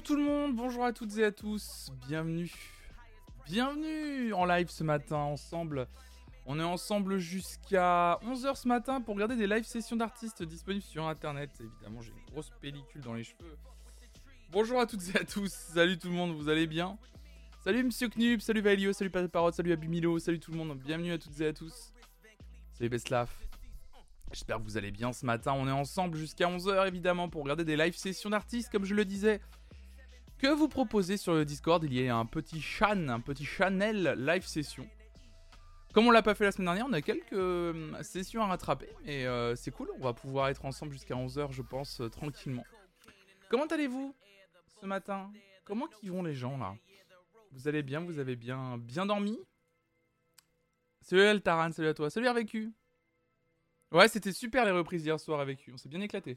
tout le monde, bonjour à toutes et à tous, bienvenue en live ce matin ensemble. On est ensemble jusqu'à 11h ce matin pour regarder des live sessions d'artistes disponibles sur internet. Évidemment, j'ai une grosse pellicule dans les cheveux. Bonjour à toutes et à tous, salut tout le monde, vous allez bien? Salut Monsieur Knub, salut Valio, salut Parrot, salut Abumilo, salut tout le monde, bienvenue à toutes et à tous. Salut Beslav. J'espère que vous allez bien ce matin. On est ensemble jusqu'à 11h évidemment pour regarder des live sessions d'artistes comme je le disais. Que vous proposez sur le Discord, il y a un petit channel live session. Comme on l'a pas fait la semaine dernière, on a quelques sessions à rattraper. Et c'est cool, on va pouvoir être ensemble jusqu'à 11h je pense tranquillement. Comment allez-vous ce matin? Comment qu'ils vont les gens là? Vous allez bien? Vous avez bien dormi? Salut Eltaran, salut à toi. Salut RVQ. Ouais, c'était super les reprises hier soir avec lui, on s'est bien éclaté.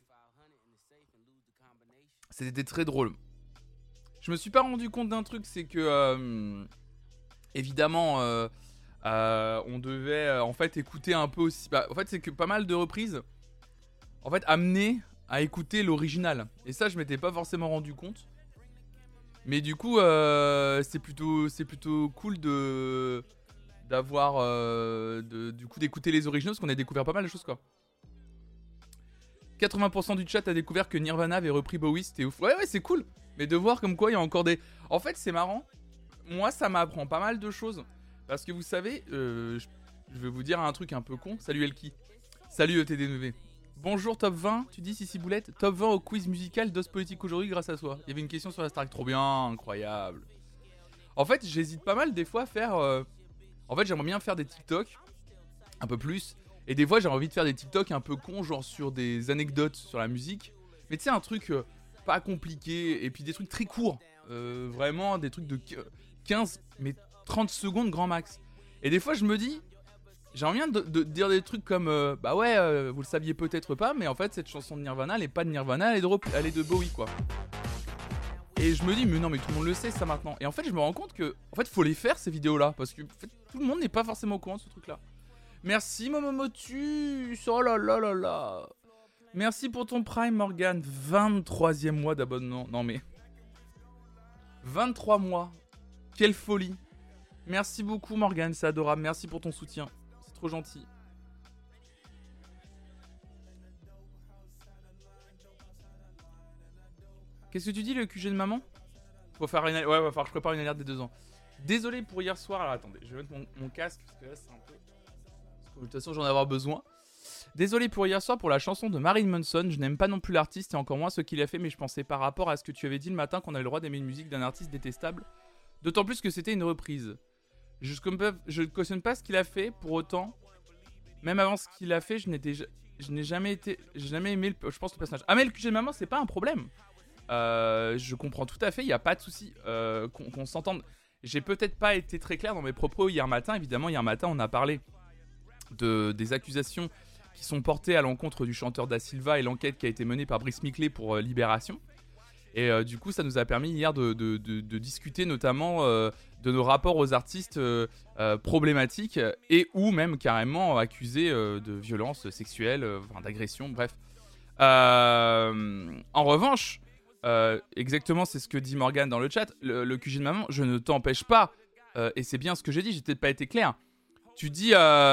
C'était très drôle. Je me suis pas rendu compte d'un truc, c'est que évidemment on devait en fait écouter un peu aussi. En fait, c'est que pas mal de reprises en fait amenaient à écouter l'original. Et ça, je m'étais pas forcément rendu compte. Mais du coup, c'est plutôt cool du coup d'écouter les originaux parce qu'on a découvert pas mal de choses quoi. 80% du chat a découvert que Nirvana avait repris Bowie, c'était ouf. Ouais, c'est cool. Mais de voir comme quoi il y a encore des... En fait, c'est marrant. Moi, ça m'apprend pas mal de choses. Parce que vous savez, je vais vous dire un truc un peu con. Salut Elki. Salut ETD9. Bonjour Top 20, tu dis Sissi Boulette. Top 20 au quiz musical d'Os Politique aujourd'hui grâce à toi. Il y avait une question sur la Starac, trop bien, incroyable. En fait, j'hésite pas mal des fois à faire... En fait, j'aimerais bien faire des TikTok, un peu plus. Et des fois, j'ai envie de faire des TikTok un peu cons, genre sur des anecdotes sur la musique. Mais tu sais, un truc pas compliqué, et puis des trucs très courts. Vraiment, des trucs de 15, mais 30 secondes grand max. Et des fois, je me dis, j'ai envie de dire des trucs comme, bah ouais, vous le saviez peut-être pas, mais en fait, cette chanson de Nirvana, elle est pas de Nirvana, elle est de Bowie, quoi. Et je me dis, mais non, mais tout le monde le sait ça maintenant. Et en fait, je me rends compte que, en fait, faut les faire ces vidéos-là. Parce que en fait, tout le monde n'est pas forcément au courant de ce truc-là. Merci Momomotus. Oh là là là là. Merci pour ton Prime, Morgan. 23e mois d'abonnement. Non, mais. 23 mois. Quelle folie. Merci beaucoup, Morgan. C'est adorable. Merci pour ton soutien. C'est trop gentil. Qu'est-ce que tu dis, le QG de maman? Faut faire une... Ouais, va falloir que je prépare une alerte des 2 ans. Désolé pour hier soir. Alors attendez, je vais mettre mon casque parce que là c'est un peu... Parce que de toute façon j'en ai avoir besoin. Désolé pour hier soir pour la chanson de Marilyn Manson. Je n'aime pas non plus l'artiste et encore moins ce qu'il a fait, mais je pensais par rapport à ce que tu avais dit le matin qu'on avait le droit d'aimer une musique d'un artiste détestable. D'autant plus que c'était une reprise. Je ne cautionne pas ce qu'il a fait, pour autant. Même avant ce qu'il a fait, je n'ai jamais aimé je pense le personnage. Ah mais le QG de maman c'est pas un problème. Je comprends tout à fait, il n'y a pas de souci qu'on s'entende. J'ai peut-être pas été très clair dans mes propos hier matin. Évidemment, hier matin, on a parlé des accusations qui sont portées à l'encontre du chanteur Da Silva et l'enquête qui a été menée par Brice Miclé pour Libération. Et du coup, ça nous a permis hier de discuter notamment de nos rapports aux artistes problématiques et ou même carrément accusés de violences sexuelles, d'agression, bref. En revanche... exactement, c'est ce que dit Morgan dans le chat. Le QG de maman, je ne t'empêche pas, et c'est bien ce que j'ai dit, j'ai peut-être pas été clair. Tu dis,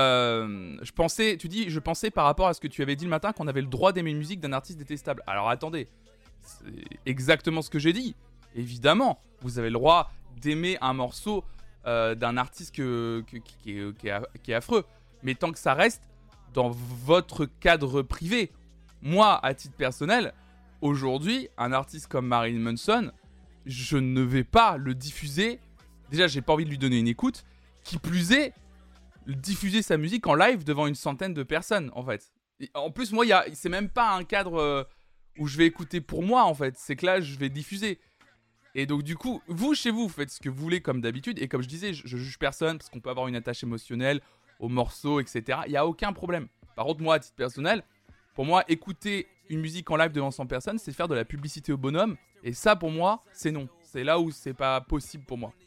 je pensais par rapport à ce que tu avais dit le matin qu'on avait le droit d'aimer une musique d'un artiste détestable. Alors attendez, c'est exactement ce que j'ai dit. Évidemment, vous avez le droit d'aimer un morceau d'un artiste qui est affreux, mais tant que ça reste dans votre cadre privé. Moi, à titre personnel, aujourd'hui, un artiste comme Marilyn Manson, je ne vais pas le diffuser. Déjà, j'ai pas envie de lui donner une écoute. Qui plus est, diffuser sa musique en live devant une centaine de personnes, en fait. Et en plus, moi, c'est même pas un cadre où je vais écouter pour moi, en fait. C'est que là, je vais diffuser. Et donc, du coup, vous, chez vous, faites ce que vous voulez comme d'habitude. Et comme je disais, je juge personne parce qu'on peut avoir une attache émotionnelle aux morceaux, etc. Il n'y a aucun problème. Par contre, moi, à titre personnel, pour moi, écouter une musique en live devant 100 personnes, c'est faire de la publicité au bonhomme. Et ça, pour moi, c'est non. C'est là où c'est pas possible pour moi.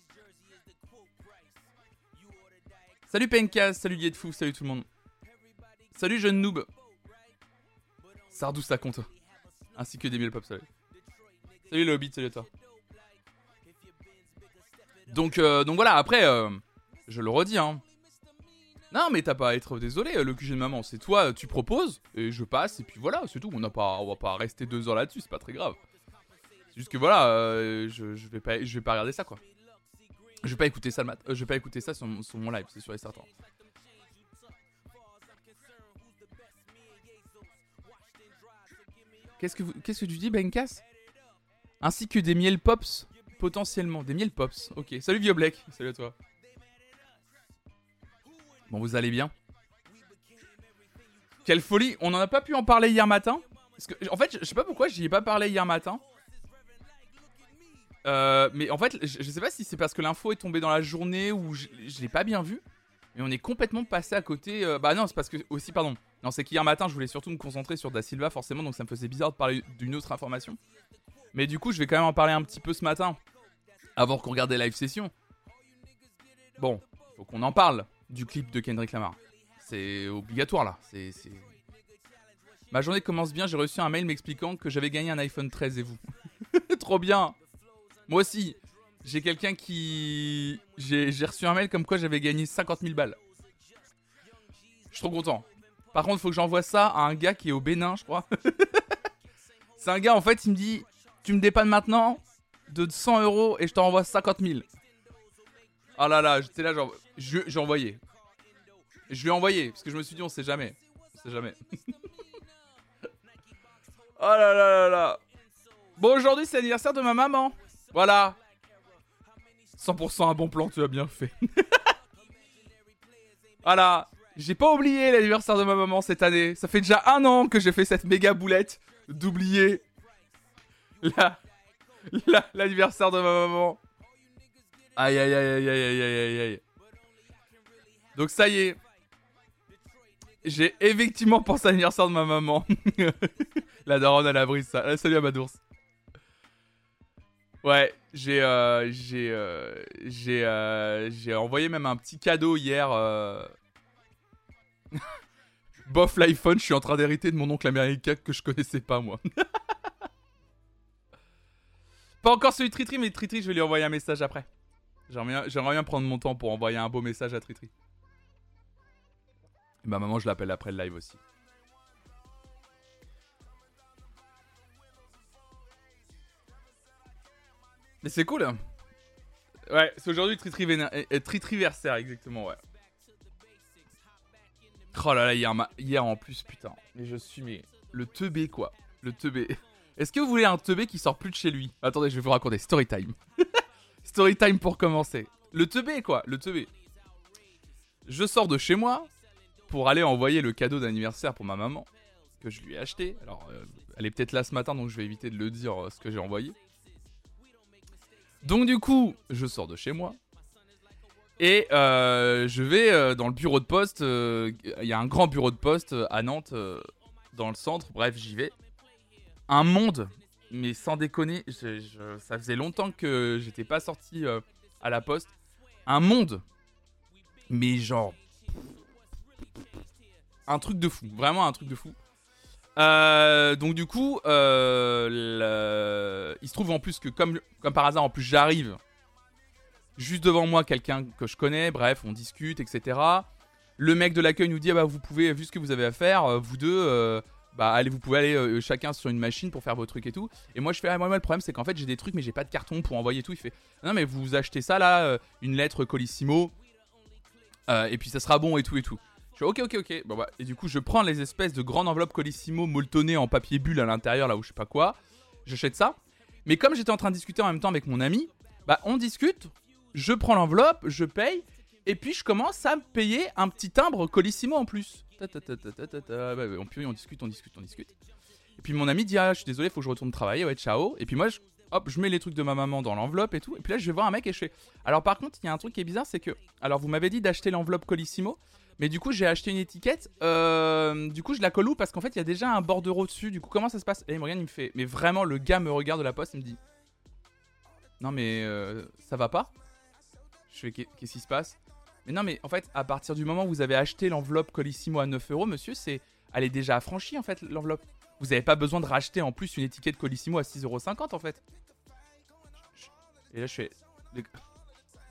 Salut Penkas, salut Lietfou, salut tout le monde. Salut jeune noob. Sardou ça compte. Ainsi que des Pop, salut. Salut le Hobbit, salut à toi. Donc voilà, après, je le redis, hein. Non, mais t'as pas à être désolé, le QG de maman, c'est toi, tu proposes, et je passe, et puis voilà, c'est tout. On va pas rester 2 heures là-dessus, c'est pas très grave. C'est juste que voilà, je vais pas regarder ça, quoi. Je vais pas écouter ça je vais pas écouter ça sur mon live, c'est sûr et certain. Qu'est-ce que tu dis, Benkas? Ainsi que des miel pops, potentiellement. Des miel pops, ok. Salut Vieux Black, salut à toi. Bon, vous allez bien? Quelle folie, on en a pas pu en parler hier matin. Parce que, en fait, je sais pas pourquoi j'y ai pas parlé hier matin. Mais en fait, je sais pas si c'est parce que l'info est tombée dans la journée ou je l'ai pas bien vu. Mais on est complètement passé à côté. Bah non, c'est parce que aussi, pardon. Non, c'est qu'hier matin, je voulais surtout me concentrer sur Da Silva, forcément, donc ça me faisait bizarre de parler d'une autre information. Mais du coup, je vais quand même en parler un petit peu ce matin, avant qu'on regarde les live sessions. Bon, faut qu'on en parle du clip de Kendrick Lamar. C'est obligatoire là. Ma journée commence bien, j'ai reçu un mail m'expliquant que j'avais gagné un iPhone 13 et vous. Trop bien. Moi aussi, j'ai quelqu'un qui... J'ai reçu un mail comme quoi j'avais gagné 50 000 balles. Je suis trop content. Par contre, il faut que j'envoie ça à un gars qui est au Bénin, je crois. C'est un gars, en fait, il me dit... Tu me dépannes maintenant de 100 € et je t'en renvoie 50 000. Ah là là, j'étais là, genre... J'ai envoyé. Je lui ai envoyé, parce que je me suis dit, on sait jamais. On sait jamais. Oh là là là là. Bon, aujourd'hui, c'est l'anniversaire de ma maman. Voilà. 100% un bon plan, tu as bien fait. Voilà. J'ai pas oublié l'anniversaire de ma maman cette année. Ça fait déjà 1 an que j'ai fait cette méga boulette d'oublier l'anniversaire de ma maman. Aïe aïe aïe aïe aïe aïe aïe aïe. Donc ça y est. J'ai effectivement pensé à l'anniversaire de ma maman. La daronne elle a pris ça. Salut à Madours. Ouais, j'ai envoyé même un petit cadeau hier. Bof l'iPhone, je suis en train d'hériter de mon oncle américain que je connaissais pas moi. Pas encore celui de Tritri, mais Tritri je vais lui envoyer un message après. J'aimerais bien prendre mon temps pour envoyer un beau message à Tritri. Et ma maman je l'appelle après le live aussi. Mais c'est cool hein. Ouais, c'est aujourd'hui Tritriversaire, exactement, ouais. Oh là là, hier en plus, putain. Mais je suis, le teubé, quoi. Le teubé. Est-ce que vous voulez un teubé qui sort plus de chez lui? Attendez, je vais vous raconter. Storytime. Storytime pour commencer. Le teubé, quoi. Le teubé. Je sors de chez moi pour aller envoyer le cadeau d'anniversaire pour ma maman que je lui ai acheté. Alors, elle est peut-être là ce matin, donc je vais éviter de le dire ce que j'ai envoyé. Donc du coup, je sors de chez moi et je vais dans le bureau de poste. Il y a un grand bureau de poste à Nantes, dans le centre. Bref, j'y vais. Un monde, mais sans déconner, ça faisait longtemps que j'étais pas sorti à la poste. Un monde, mais genre un truc de fou, vraiment un truc de fou. Donc du coup, il se trouve en plus que comme par hasard, en plus j'arrive juste devant moi quelqu'un que je connais, bref, on discute, etc. Le mec de l'accueil nous dit, ah bah vous pouvez, vu ce que vous avez à faire, vous deux, bah allez, vous pouvez aller chacun sur une machine pour faire vos trucs et tout. Et moi je fais, ah moi le problème c'est qu'en fait j'ai des trucs mais j'ai pas de carton pour envoyer tout. Il fait, non mais vous achetez ça là, une lettre Colissimo, et puis ça sera bon et tout et tout. Je fais ok. Bon, bah, et du coup, je prends les espèces de grandes enveloppes Colissimo molletonnées en papier bulle à l'intérieur, là où je sais pas quoi. J'achète ça. Mais comme j'étais en train de discuter en même temps avec mon ami, bah on discute, je prends l'enveloppe, je paye, et puis je commence à me payer un petit timbre Colissimo en plus. On discute. Et puis mon ami dit, ah, je suis désolé, faut que je retourne travailler, ouais, ciao. Et puis moi, je mets les trucs de ma maman dans l'enveloppe et tout. Et puis là, je vais voir un mec et je fais, alors par contre, il y a un truc qui est bizarre, c'est que, alors vous m'avez dit d'acheter l'enveloppe Colissimo. Mais du coup, j'ai acheté une étiquette. Du coup, je la colle où? Parce qu'en fait, il y a déjà un bordereau dessus. Du coup, comment ça se passe? Et il me regarde, il me fait. Mais vraiment, le gars me regarde de la poste et me dit, non, mais ça va pas? Je fais, qu'est-ce qui se passe? Mais non, mais en fait, à partir du moment où vous avez acheté l'enveloppe Colissimo à 9 €, monsieur, elle est déjà affranchie en fait, l'enveloppe. Vous n'avez pas besoin de racheter en plus une étiquette Colissimo à 6,50 € en fait. Et là, je fais.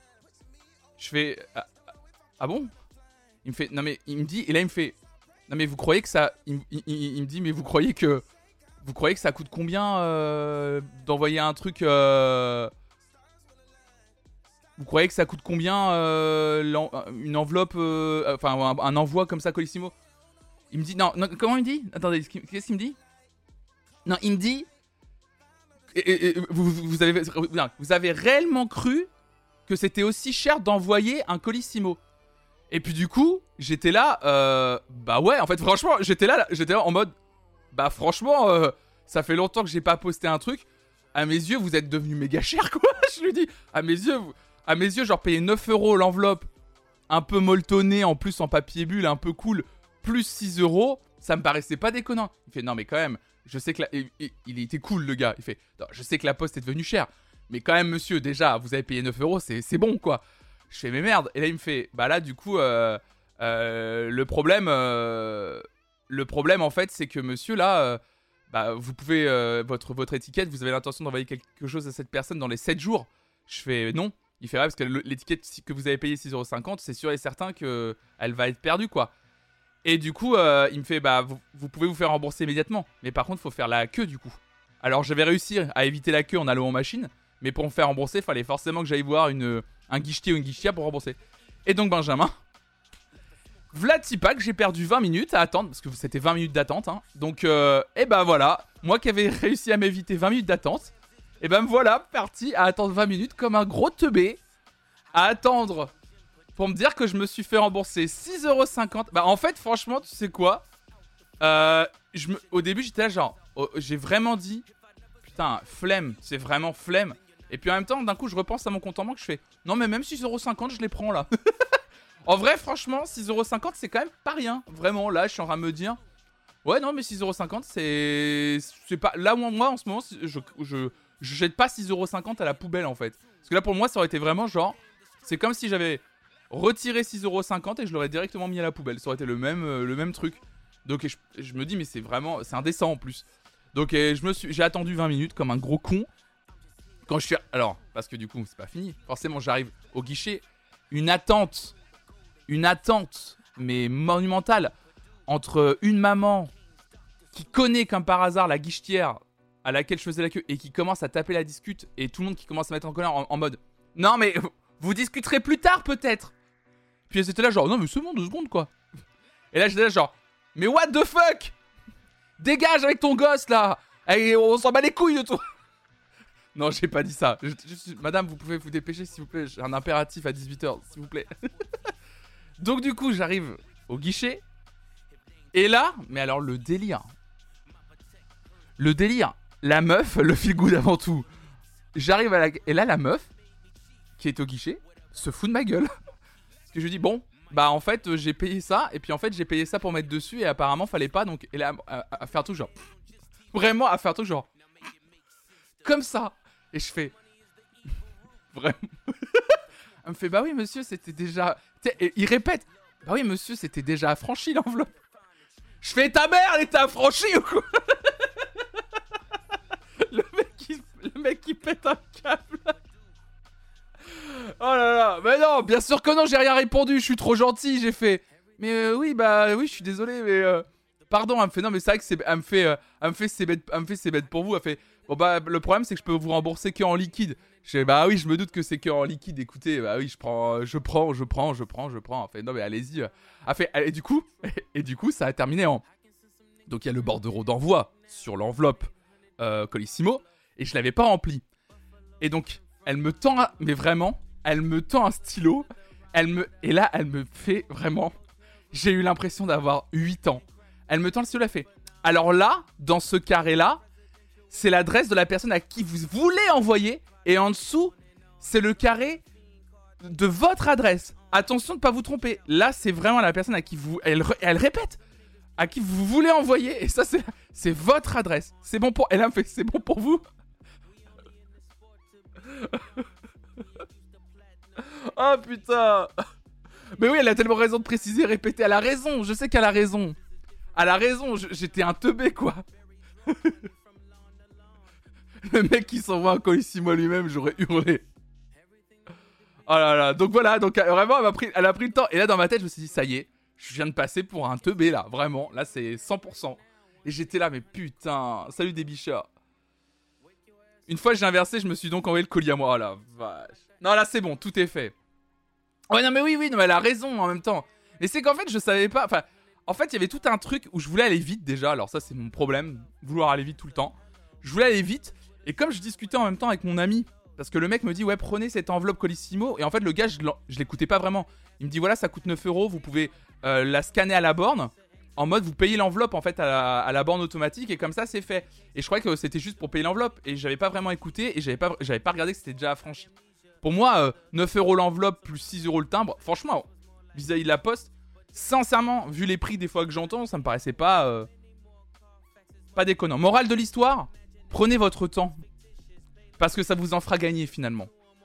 fais ah bon? Il me fait non mais il me dit et là il me fait non mais vous croyez que ça il me dit mais vous croyez que ça coûte combien d'envoyer un truc vous croyez que ça coûte combien une enveloppe enfin un envoi comme ça Colissimo? Il me dit non comment il me dit? Attendez, qu'est-ce qu'il me dit? Non, il me dit vous avez réellement cru que c'était aussi cher d'envoyer un Colissimo? Et puis du coup, j'étais là, bah ouais, en fait, franchement, j'étais là en mode, bah franchement, ça fait longtemps que j'ai pas posté un truc. À mes yeux, vous êtes devenu méga cher, quoi. Je lui dis, à mes yeux, genre payer 9 € l'enveloppe, un peu molletonnée, en plus en papier bulle, un peu cool, plus 6 €, ça me paraissait pas déconnant. Il fait, non mais quand même, je sais que il était cool le gars. Il fait, non, je sais que la poste est devenue chère, mais quand même monsieur, déjà, vous avez payé 9 €, c'est bon quoi. Je fais mais merde. Et là il me fait bah là du coup le problème en fait c'est que monsieur là bah vous pouvez votre étiquette, vous avez l'intention d'envoyer quelque chose à cette personne dans les 7 jours. Je fais non. Il fait ouais parce que l'étiquette que vous avez payé 6,50 €, c'est sûr et certain que elle va être perdue quoi. Et du coup il me fait bah vous pouvez vous faire rembourser immédiatement, mais par contre faut faire la queue du coup. Alors j'avais réussi à éviter la queue en allant en machine, mais pour me faire rembourser il fallait forcément que j'aille voir un guichetier ou une guichetière pour rembourser. Et donc Benjamin, Vlatipak, j'ai perdu 20 minutes à attendre, parce que c'était 20 minutes d'attente. Hein. Donc, et ben voilà, moi qui avais réussi à m'éviter 20 minutes d'attente, et ben me voilà parti à attendre 20 minutes comme un gros teubé, à attendre pour me dire que je me suis fait rembourser 6,50 €. Bah en fait, franchement, tu sais quoi au début, j'étais là genre, j'ai vraiment dit, putain, flemme, c'est vraiment flemme. Et puis en même temps, d'un coup, je repense à mon compte en banque, je fais non, mais même 6,50 €, je les prends là. En vrai, franchement, 6,50 €, c'est quand même pas rien. Vraiment, là, je suis en train de me dire ouais, non, mais 6,50 €, c'est pas. Là, moi, en ce moment, je jette pas 6,50 € à la poubelle en fait. Parce que là, pour moi, ça aurait été vraiment genre. C'est comme si j'avais retiré 6,50 € et je l'aurais directement mis à la poubelle. Ça aurait été le même truc. Donc, je me dis, mais c'est vraiment. C'est indécent en plus. Donc, j'ai attendu 20 minutes comme un gros con. Quand je suis. Alors, parce que du coup, c'est pas fini. Forcément, j'arrive au guichet. Une attente, mais monumentale, entre une maman qui connaît comme par hasard la guichetière à laquelle je faisais la queue et qui commence à taper la discute et tout le monde qui commence à mettre en colère en mode non, mais vous discuterez plus tard peut-être. Puis elles étaient là, genre non, mais c'est bon, 2 secondes quoi. Et là, j'étais là, genre mais what the fuck? Dégage avec ton gosse là! Et on s'en bat les couilles de toi! Non, j'ai pas dit ça. Madame, vous pouvez vous dépêcher s'il vous plaît. J'ai un impératif à 18h, s'il vous plaît. Donc du coup, j'arrive au guichet. Et là, mais alors le délire. La meuf, le feel good avant tout. J'arrive et là, la meuf, qui est au guichet, se fout de ma gueule. Parce que je lui dis, bon, bah en fait, j'ai payé ça. Et puis en fait, j'ai payé ça pour mettre dessus. Et apparemment, fallait pas. Donc, et là, à faire tout genre. Vraiment, à faire tout genre. Comme ça. Et je fais vraiment. Elle me fait bah oui monsieur c'était déjà. Et il répète bah oui monsieur c'était déjà affranchi l'enveloppe. Je fais ta mère elle était affranchie ou quoi? le mec qui pète un câble. Oh là là mais non bien sûr que non j'ai rien répondu je suis trop gentil j'ai fait mais oui bah oui je suis désolé mais pardon elle me fait non mais c'est vrai que elle me fait c'est bête pour vous elle fait bon bah le problème c'est que je peux vous rembourser que en liquide. Je fais bah oui je me doute que c'est que en liquide écoutez bah oui je prends. Elle fait non mais allez-y. Elle fait et du coup ça a terminé en donc il y a le bordereau d'envoi sur l'enveloppe Colissimo et je l'avais pas rempli. Et donc elle me tend mais vraiment elle me tend un stylo et là elle me fait vraiment j'ai eu l'impression d'avoir 8 ans. Elle me tend le stylo elle fait alors là dans ce carré là c'est l'adresse de la personne à qui vous voulez envoyer. Et en dessous, c'est le carré de votre adresse. Attention de ne pas vous tromper. Là, c'est vraiment la personne à qui vous... Elle répète. À qui vous voulez envoyer. Et ça, c'est votre adresse. C'est bon pour... Elle a fait, c'est bon pour vous. Oh putain. Mais oui, elle a tellement raison de préciser, répéter. Elle a raison. Je sais qu'elle a raison. Elle a raison. J'étais un teubé, quoi. Le mec qui s'envoie un Colissimo lui-même, j'aurais hurlé. Oh là là, donc voilà, donc vraiment, elle a pris le temps. Et là, dans ma tête, je me suis dit, ça y est, je viens de passer pour un teubé, là. Vraiment, là, c'est 100%. Et j'étais là, mais putain, salut des bichats. Une fois j'ai inversé, je me suis donc envoyé le colis à moi. Oh la vache. Non, là, c'est bon, tout est fait. Ouais, non, mais oui, non, mais elle a raison en même temps. Mais c'est qu'en fait, je savais pas. Enfin, en fait, il y avait tout un truc où je voulais aller vite déjà. Alors, ça, c'est mon problème, vouloir aller vite tout le temps. Je voulais aller vite. Et comme je discutais en même temps avec mon ami, parce que le mec me dit, ouais, prenez cette enveloppe Colissimo. Et en fait, le gars, je l'écoutais pas vraiment. Il me dit, voilà, ça coûte 9€. Vous pouvez la scanner à la borne. En mode, vous payez l'enveloppe en fait à la borne automatique. Et comme ça, c'est fait. Et je croyais que c'était juste pour payer l'enveloppe. Et j'avais pas vraiment écouté. Et j'avais pas regardé que c'était déjà affranchi. Pour moi, 9€ l'enveloppe plus 6€ le timbre. Franchement, vis-à-vis de la poste, sincèrement, vu les prix des fois que j'entends, ça me paraissait pas déconnant. Morale de l'histoire, prenez votre temps. Parce que ça vous en fera gagner finalement.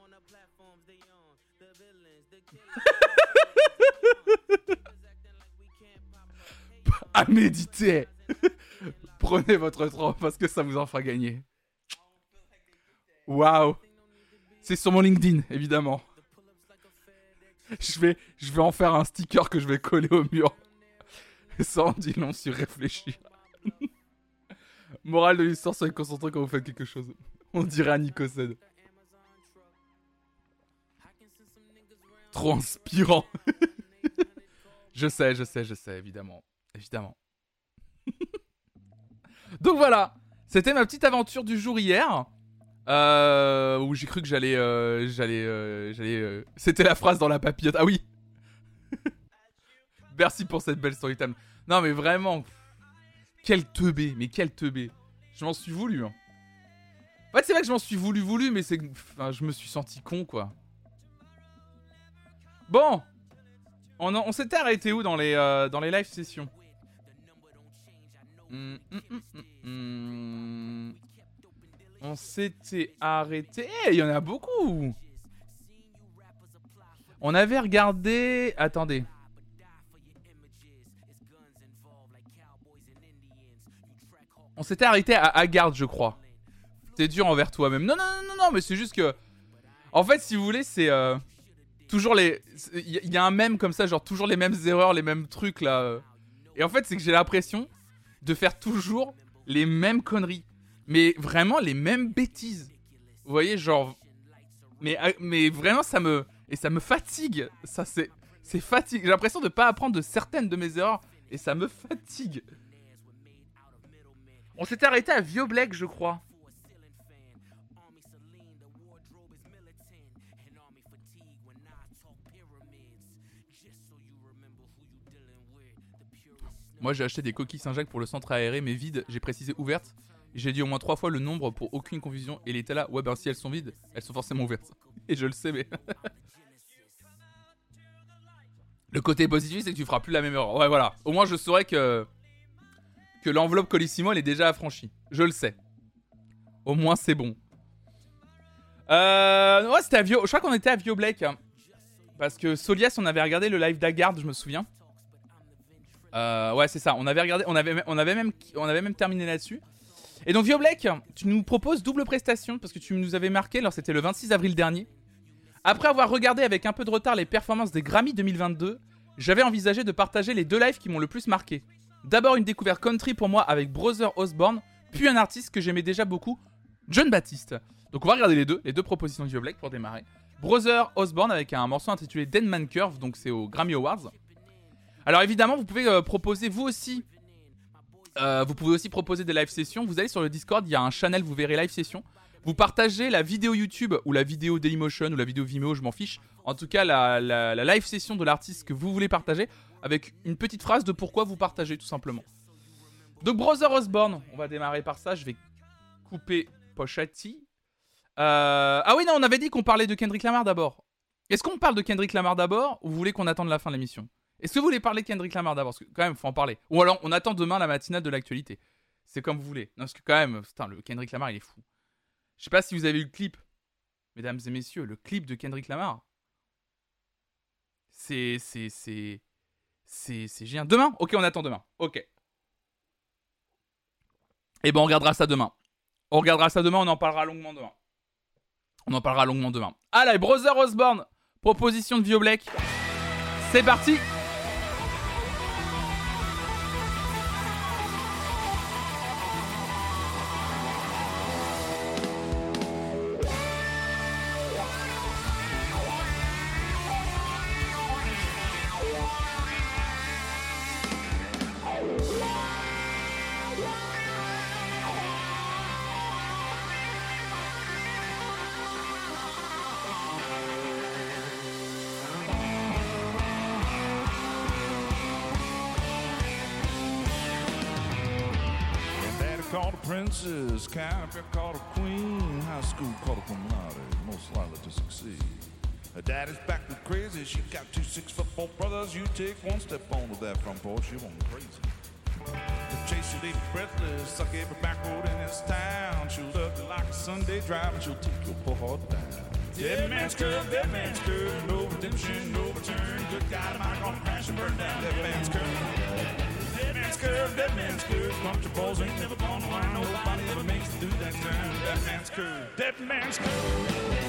À méditer. Prenez votre temps parce que ça vous en fera gagner. Waouh. C'est sur mon LinkedIn, évidemment. Je vais en faire un sticker que je vais coller au mur. Ça en dit long sur réfléchir. Morale de l'histoire, soyez concentrés quand vous faites quelque chose. On dirait un Nicocède. Trop inspirant. Je sais, évidemment. Évidemment. Donc voilà. C'était ma petite aventure du jour hier. Où j'ai cru que j'allais. C'était la phrase dans la papillote. Ah oui. Merci pour cette belle story time. Non mais vraiment. Quel teubé. Mais quel teubé. Je m'en suis voulu. Hein. En fait, c'est vrai que je m'en suis voulu, mais c'est. Enfin, je me suis senti con, quoi. Bon. On s'était arrêté où dans les live sessions? On s'était arrêté. Il y en a beaucoup. On avait regardé. Attendez. On s'était arrêté à Haggard, je crois. T'es dur envers toi-même. Non, mais c'est juste que. En fait, si vous voulez, c'est. Toujours les. Il y a un mème comme ça, genre toujours les mêmes erreurs, les mêmes trucs là. Et en fait, c'est que j'ai l'impression de faire toujours les mêmes conneries. Mais vraiment les mêmes bêtises. Vous voyez, genre. Mais vraiment, ça me fatigue. Ça, c'est fatigue. J'ai l'impression de pas apprendre de certaines de mes erreurs. Et ça me fatigue. On s'était arrêté à Vieux Black, je crois. Moi, j'ai acheté des coquilles Saint-Jacques pour le centre aéré, mais vides. J'ai précisé ouvertes. J'ai dit au moins 3 fois le nombre pour aucune confusion. Et il était là, ouais, ben si elles sont vides, elles sont forcément ouvertes. Et je le sais, mais. Le côté positif, c'est que tu feras plus la même erreur. Ouais, voilà. Au moins, je saurais que l'enveloppe Colissimo, elle est déjà affranchie. Je le sais. Au moins, c'est bon. Ouais, c'était à Vio. Je crois qu'on était à Vio Black. Hein. Parce que Solias, on avait regardé le live d'Haggard, je me souviens. Ouais, c'est ça. On avait regardé, on avait même terminé là-dessus. Et donc, Vio Black, tu nous proposes double prestation parce que tu nous avais marqué. Alors, c'était le 26 avril dernier. Après avoir regardé avec un peu de retard les performances des Grammy 2022, j'avais envisagé de partager les deux lives qui m'ont le plus marqué. D'abord, une découverte country pour moi avec Brother Osborne, puis un artiste que j'aimais déjà beaucoup, John Baptiste. Donc, on va regarder les deux propositions de Vio Black pour démarrer. Brother Osborne avec un morceau intitulé Dead Man Curve, donc c'est aux Grammy Awards. Alors évidemment, vous pouvez proposer vous aussi. Vous pouvez aussi proposer des live sessions. Vous allez sur le Discord, il y a un channel, vous verrez live session. Vous partagez la vidéo YouTube ou la vidéo Dailymotion ou la vidéo Vimeo, je m'en fiche. En tout cas, la live session de l'artiste que vous voulez partager avec une petite phrase de pourquoi vous partagez tout simplement. Donc Brother Osborne, on va démarrer par ça. Je vais couper Pochati. Ah oui, non, on avait dit qu'on parlait de Kendrick Lamar d'abord. Est-ce qu'on parle de Kendrick Lamar d'abord ou vous voulez qu'on attende la fin de l'émission? Est-ce que vous voulez parler de Kendrick Lamar d'abord? Parce que quand même, faut en parler. Ou alors, on attend demain la matinale de l'actualité. C'est comme vous voulez. Non, parce que quand même, putain, le Kendrick Lamar, il est fou. Je sais pas si vous avez eu le clip. Mesdames et messieurs, le clip de Kendrick Lamar. C'est génial. Demain? Ok, on attend demain. Ok. Et ben, on regardera ça demain. On en parlera longuement demain. Allez, Brother Osborne. Proposition de Vio Black. C'est parti. Called a princess, caviar called a queen, high school called a cum laude, most likely to succeed. Her daddy's back to crazy, she got 2 6'4" brothers. You take one step onto that front porch, you won't crazy. The chase you leave breathless, suck every back road in this town. She'll love you like a Sunday drive, and she'll take your poor heart down. Dead man's curve, no redemption, no return. Good God, am I gonna crash and burn down? Dead man's curve. Dead man's curve, bunch of balls ain't never gonna learn. Nobody ever makes it through that turn. Dead man's curve, dead man's curve.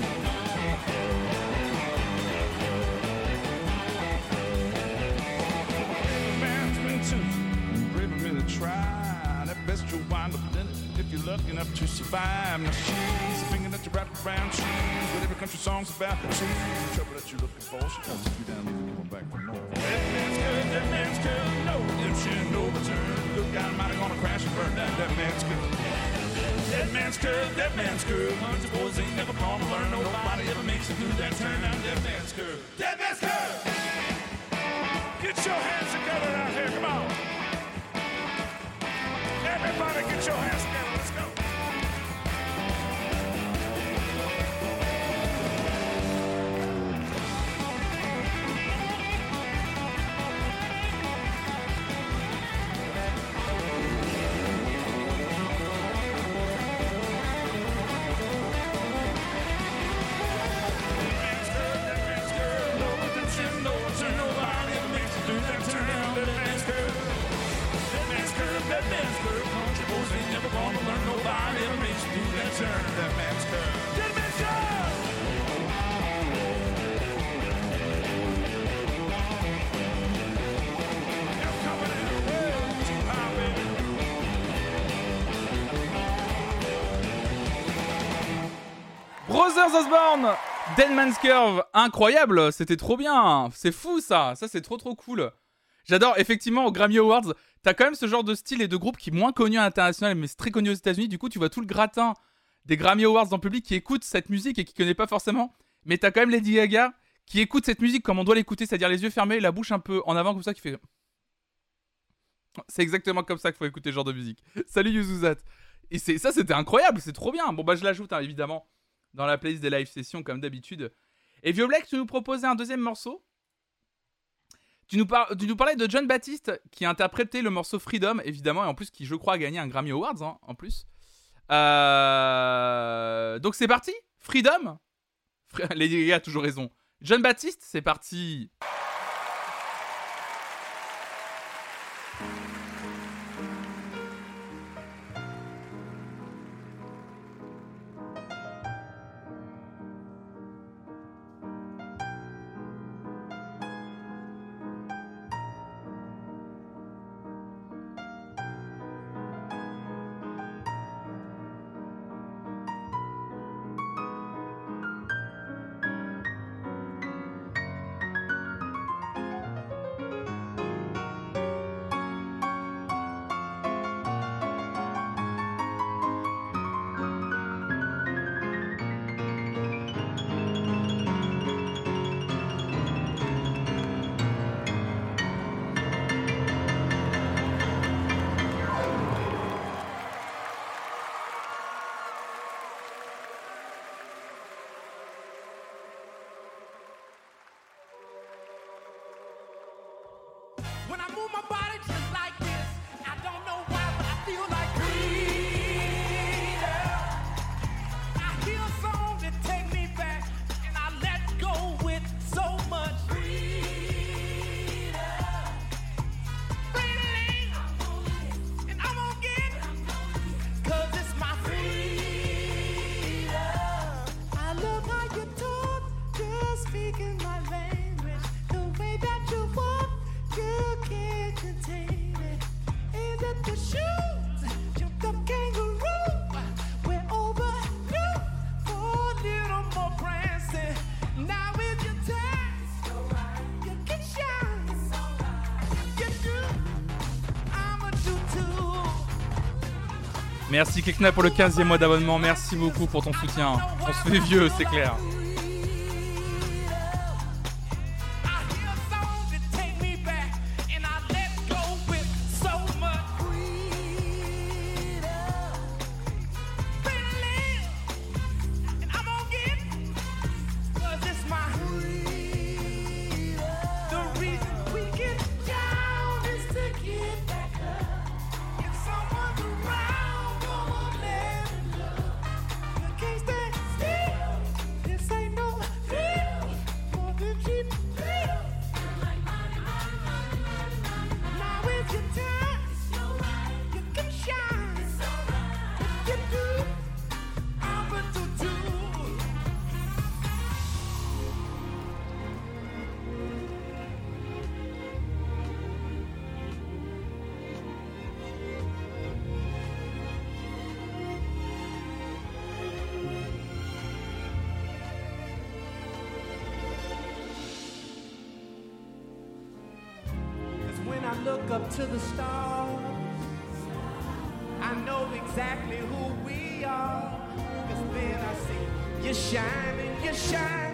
Man's been too brave of me to try. At best you'll wind up in it if you're lucky enough to survive. Now she's a finger that you wrap around shoes. What every country song's about. She's the trouble that you're looking for. She comes you down and you're going back for more. Dead man's curve, no redemption, no return. Good God Almighty gonna crash and burn down. Dead man's curve. Dead man's curve. Hundreds of boys ain't never gonna learn. Nobody ever makes it through that turn. Down dead man's curve. Dead man's curve. Get your hands together out here, come on. Everybody get your hands together, let's go. Brothers Osborne, Dead Man's Curve, incroyable, c'était trop bien, c'est fou ça c'est trop cool. J'adore, effectivement, aux Grammy Awards, t'as quand même ce genre de style et de groupe qui est moins connu à l'international, mais c'est très connu aux États-Unis. Du coup, tu vois tout le gratin des Grammy Awards dans le public qui écoute cette musique et qui connaît pas forcément. Mais t'as quand même Lady Gaga qui écoute cette musique comme on doit l'écouter, c'est-à-dire les yeux fermés, la bouche un peu en avant comme ça, qui fait... C'est exactement comme ça qu'il faut écouter ce genre de musique. Salut Yuzuzat. Et ça, c'était incroyable, c'est trop bien. Bon, bah, je l'ajoute, hein, évidemment, dans la playlist des live sessions, comme d'habitude. Et Vio Black, tu nous proposais un deuxième morceau. Tu nous parlais de John Baptiste, qui a interprété le morceau Freedom, évidemment, et en plus, qui, je crois, a gagné un Grammy Awards, hein, en plus. Donc, c'est parti. Freedom. Lady Gaga a toujours raison. John Baptiste, c'est parti. When I move my body just like this, I don't know why, but I feel like freedom. I hear a song that take me back, and I let go with so much freedom. Freedom, and I'm gonna get it, 'cause it's my freedom. I love how you talk, just speaking my Merci Kekna pour le 15e mois d'abonnement. Merci beaucoup pour ton soutien. On se fait vieux, c'est clair. When I look up to the stars, I know exactly who we are. 'Cause then I see you shining, you shining.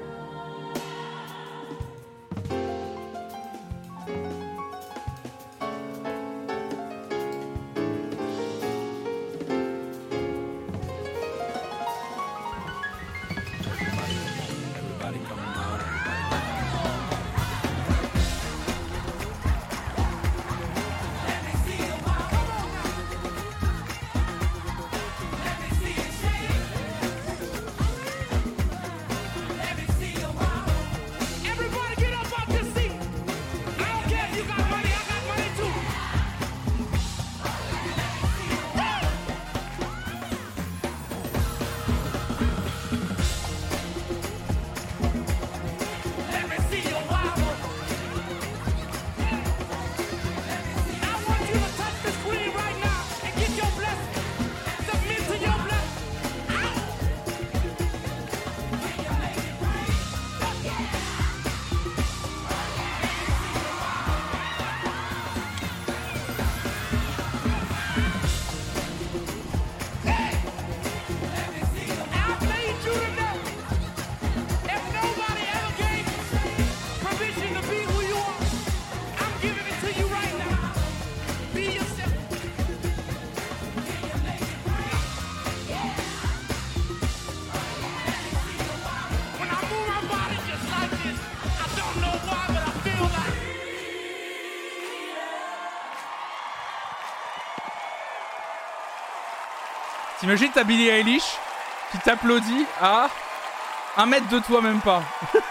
T'imagines, t'as Billie Eilish qui t'applaudit à 1 mètre de toi, même pas.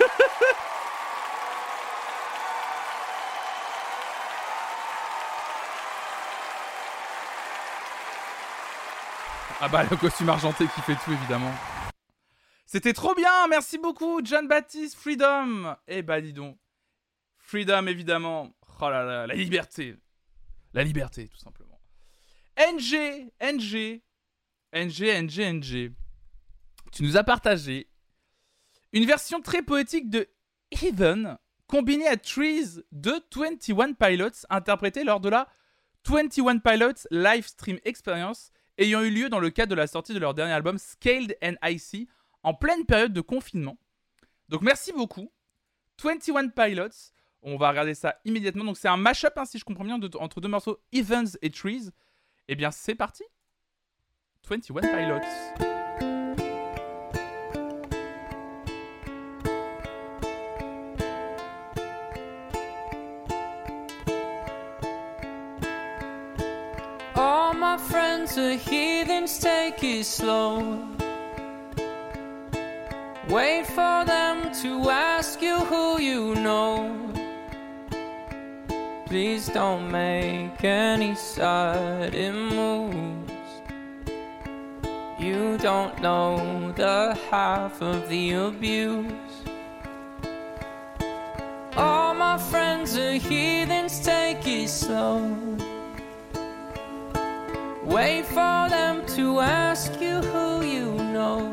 Ah bah, le costume argenté qui fait tout, évidemment. C'était trop bien, merci beaucoup, John Baptiste, Freedom. Eh bah, dis donc. Freedom, évidemment. Oh là là, la liberté. La liberté, tout simplement. NG. Tu nous as partagé une version très poétique de Heaven combinée à Trees de 21 Pilots interprétée lors de la 21 Pilots Live Stream Experience ayant eu lieu dans le cadre de la sortie de leur dernier album Scaled and Icy en pleine période de confinement. Donc merci beaucoup 21 Pilots, on va regarder ça immédiatement. Donc c'est un mashup, si je comprends bien, entre deux morceaux Heaven et Trees. Eh bien c'est parti. 21 Pilots. All my friends are heathens, take it slow. Wait for them to ask you who you know. Please don't make any sudden moves. You don't know the half of the abuse. All my friends are heathens, take it slow. Wait for them to ask you who you know.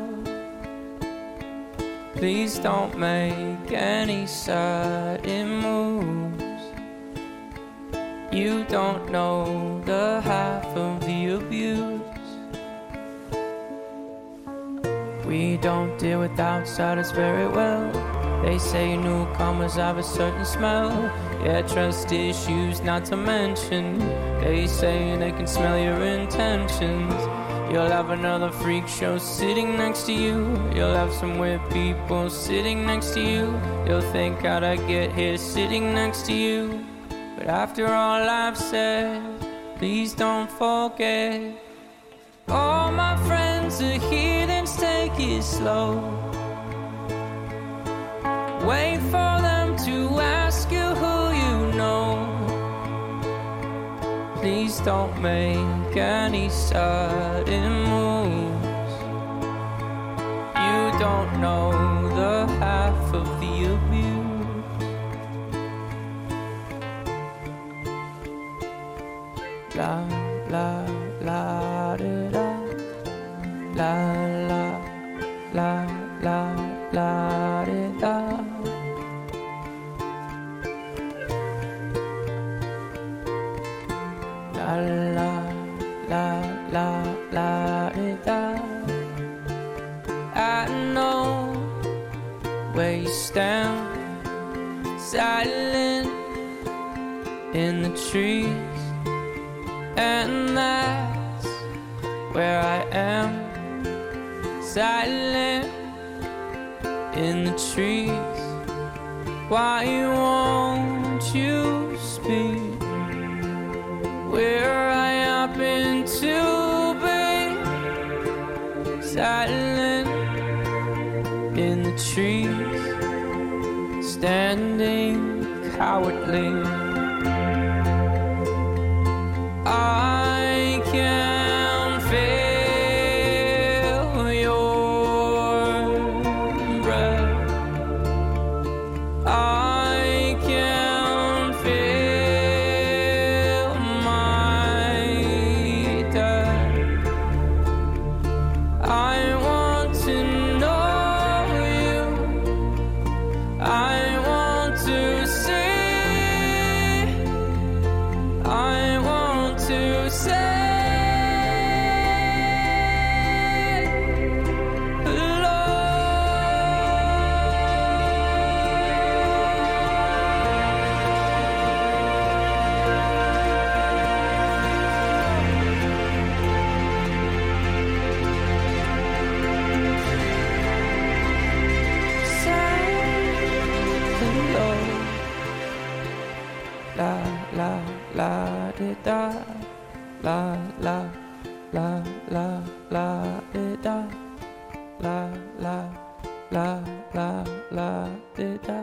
Please don't make any sudden moves. You don't know the half of the abuse. We don't deal with outsiders very well. They say newcomers have a certain smell. Yeah, trust issues not to mention. They say they can smell your intentions. You'll have another freak show sitting next to you. You'll have some weird people sitting next to you. You'll think how'd I get here sitting next to you. But after all I've said, please don't forget. All my friends are heathens, take it slow. Wait for them to ask you who you know. Please don't make any sudden moves. You don't know the half of the abuse. La la la da da. La la la la la da da. La la la la la da. I know where you stand, silent in the trees, and that's where I am, silent in the trees. Why won't you speak? Where I happen to be, silent in the trees, standing cowardly. I can feel your breath. I can feel my death. I want to know you. I want to see. I want to say hello. La la la di da. La la la la la di da. La la la la la di da.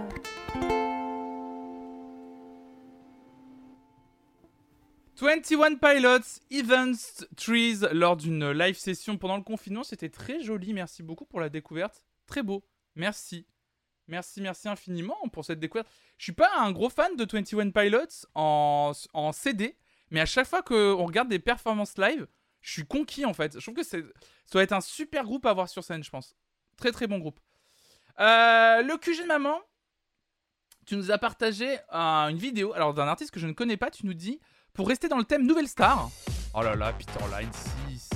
21 Pilots, Events Trees, lors d'une live session pendant le confinement. C'était très joli, merci beaucoup pour la découverte. Très beau, merci. Merci infiniment pour cette découverte. Je suis pas un gros fan de 21 Pilots en CD, mais à chaque fois qu'on regarde des performances live, je suis conquis en fait. Je trouve que ça doit être un super groupe à voir sur scène, je pense. Très très bon groupe. Le QG de maman, tu nous as partagé une vidéo alors d'un artiste que je ne connais pas. Tu nous dis, pour rester dans le thème Nouvelle Star. Oh là là, Peter Line 6.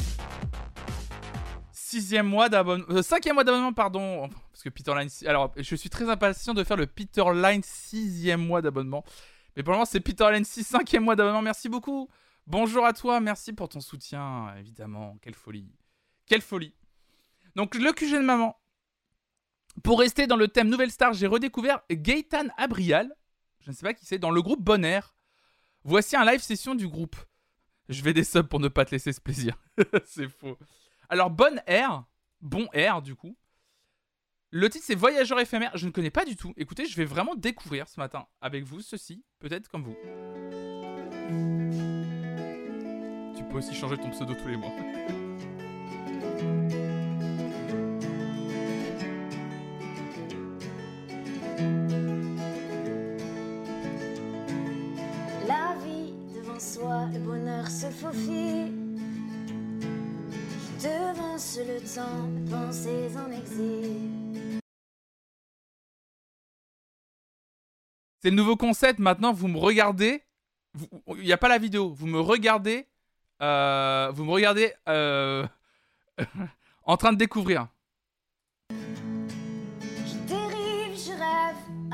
5e mois d'abonnement, pardon. Parce que Peter Line 6... Alors, je suis très impatient de faire le Peter Line 6e mois d'abonnement. Mais pour le moment, c'est Peter Line 6, 5e mois d'abonnement. Merci beaucoup. Bonjour à toi. Merci pour ton soutien, évidemment. Quelle folie. Quelle folie. Donc, le QG de maman. Pour rester dans le thème Nouvelle Star, j'ai redécouvert Gaëtan Abrial. Je ne sais pas qui c'est. Dans le groupe Bon Air. Voici un live session du groupe. Je vais des subs pour ne pas te laisser ce plaisir. C'est faux. Alors, Bon Air, du coup. Le titre, c'est Voyageur éphémère. Je ne connais pas du tout. Écoutez, je vais vraiment découvrir ce matin avec vous ceci, peut-être comme vous. Tu peux aussi changer ton pseudo tous les mois. La vie devant soi, le bonheur se faufile. Devance le temps, pensez en exil. C'est le nouveau concept. Maintenant, vous me regardez. Il n'y a pas la vidéo. Vous me regardez. En train de découvrir.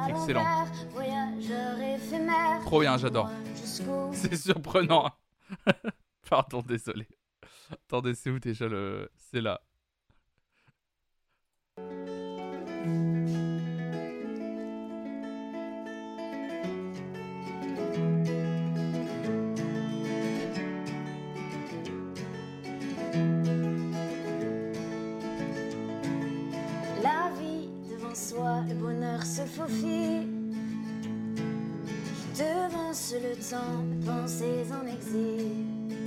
à Excellent. l'envers, voyageur éphémère. Trop bien, j'adore. Dis-moi jusqu'où C'est surprenant. Pardon, désolé. Attendez, c'est où déjà le... C'est là. la vie devant soi, le bonheur se faufile. Je devance le temps, mes pensées en exil.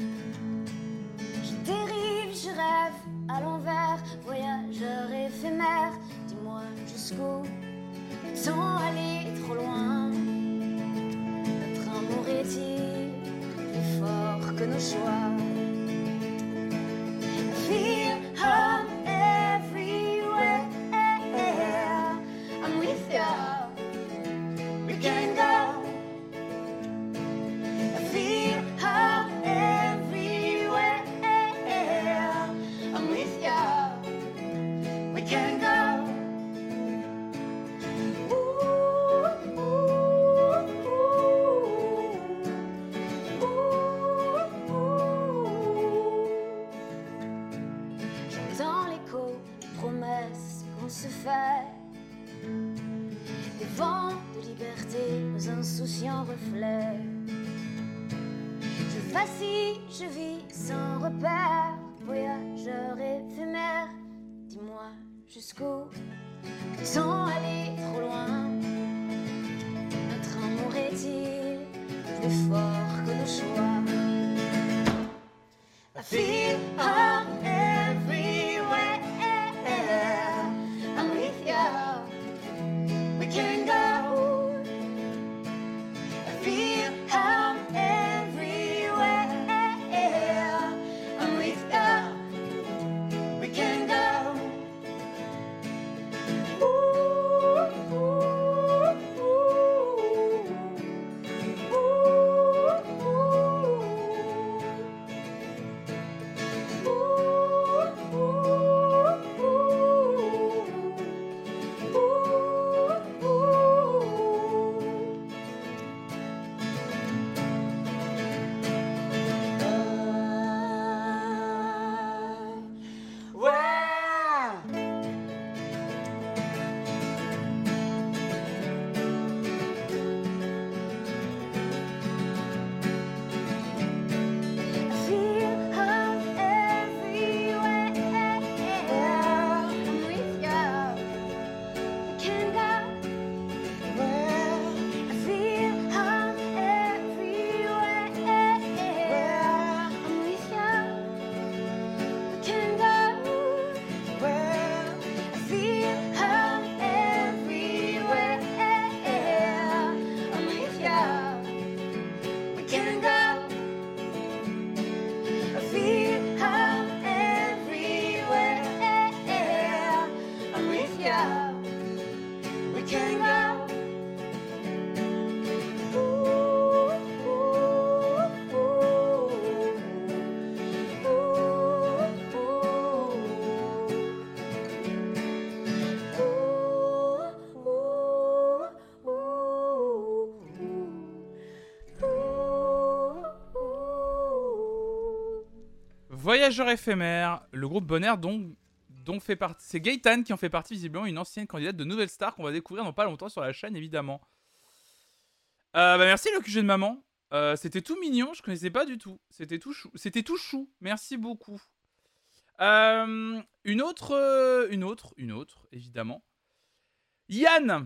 Je dérive, je rêve à l'envers, voyageur éphémère. Dis-moi jusqu'où le temps allait trop loin. Notre amour est-il plus fort que nos choix? Feel home everywhere. I'm with you. We can go. Feel home everywhere. I'm with you. We can go. J'entends l'écho des promesses qu'on se fait, des vents de liberté, nos insouciants reflets. Je vacille, je vis sans repère, voyageur éphémère. Dis-moi jusqu'où le temps allait trop loin. Notre amour est-il plus fort que nos choix? I feel home everywhere. I'm with you. We can go. I feel home everywhere. I'm with you. We can go. Ooh, ooh, ooh. Ooh, ooh. Voyageur éphémère, le groupe Bonheur dont fait partie... C'est Gaëtan qui en fait partie visiblement, une ancienne candidate de Nouvelle Star qu'on va découvrir dans pas longtemps sur la chaîne évidemment. Merci le QG de maman. C'était tout mignon, je connaissais pas du tout. C'était tout chou. Merci beaucoup. Une autre, évidemment. Yann,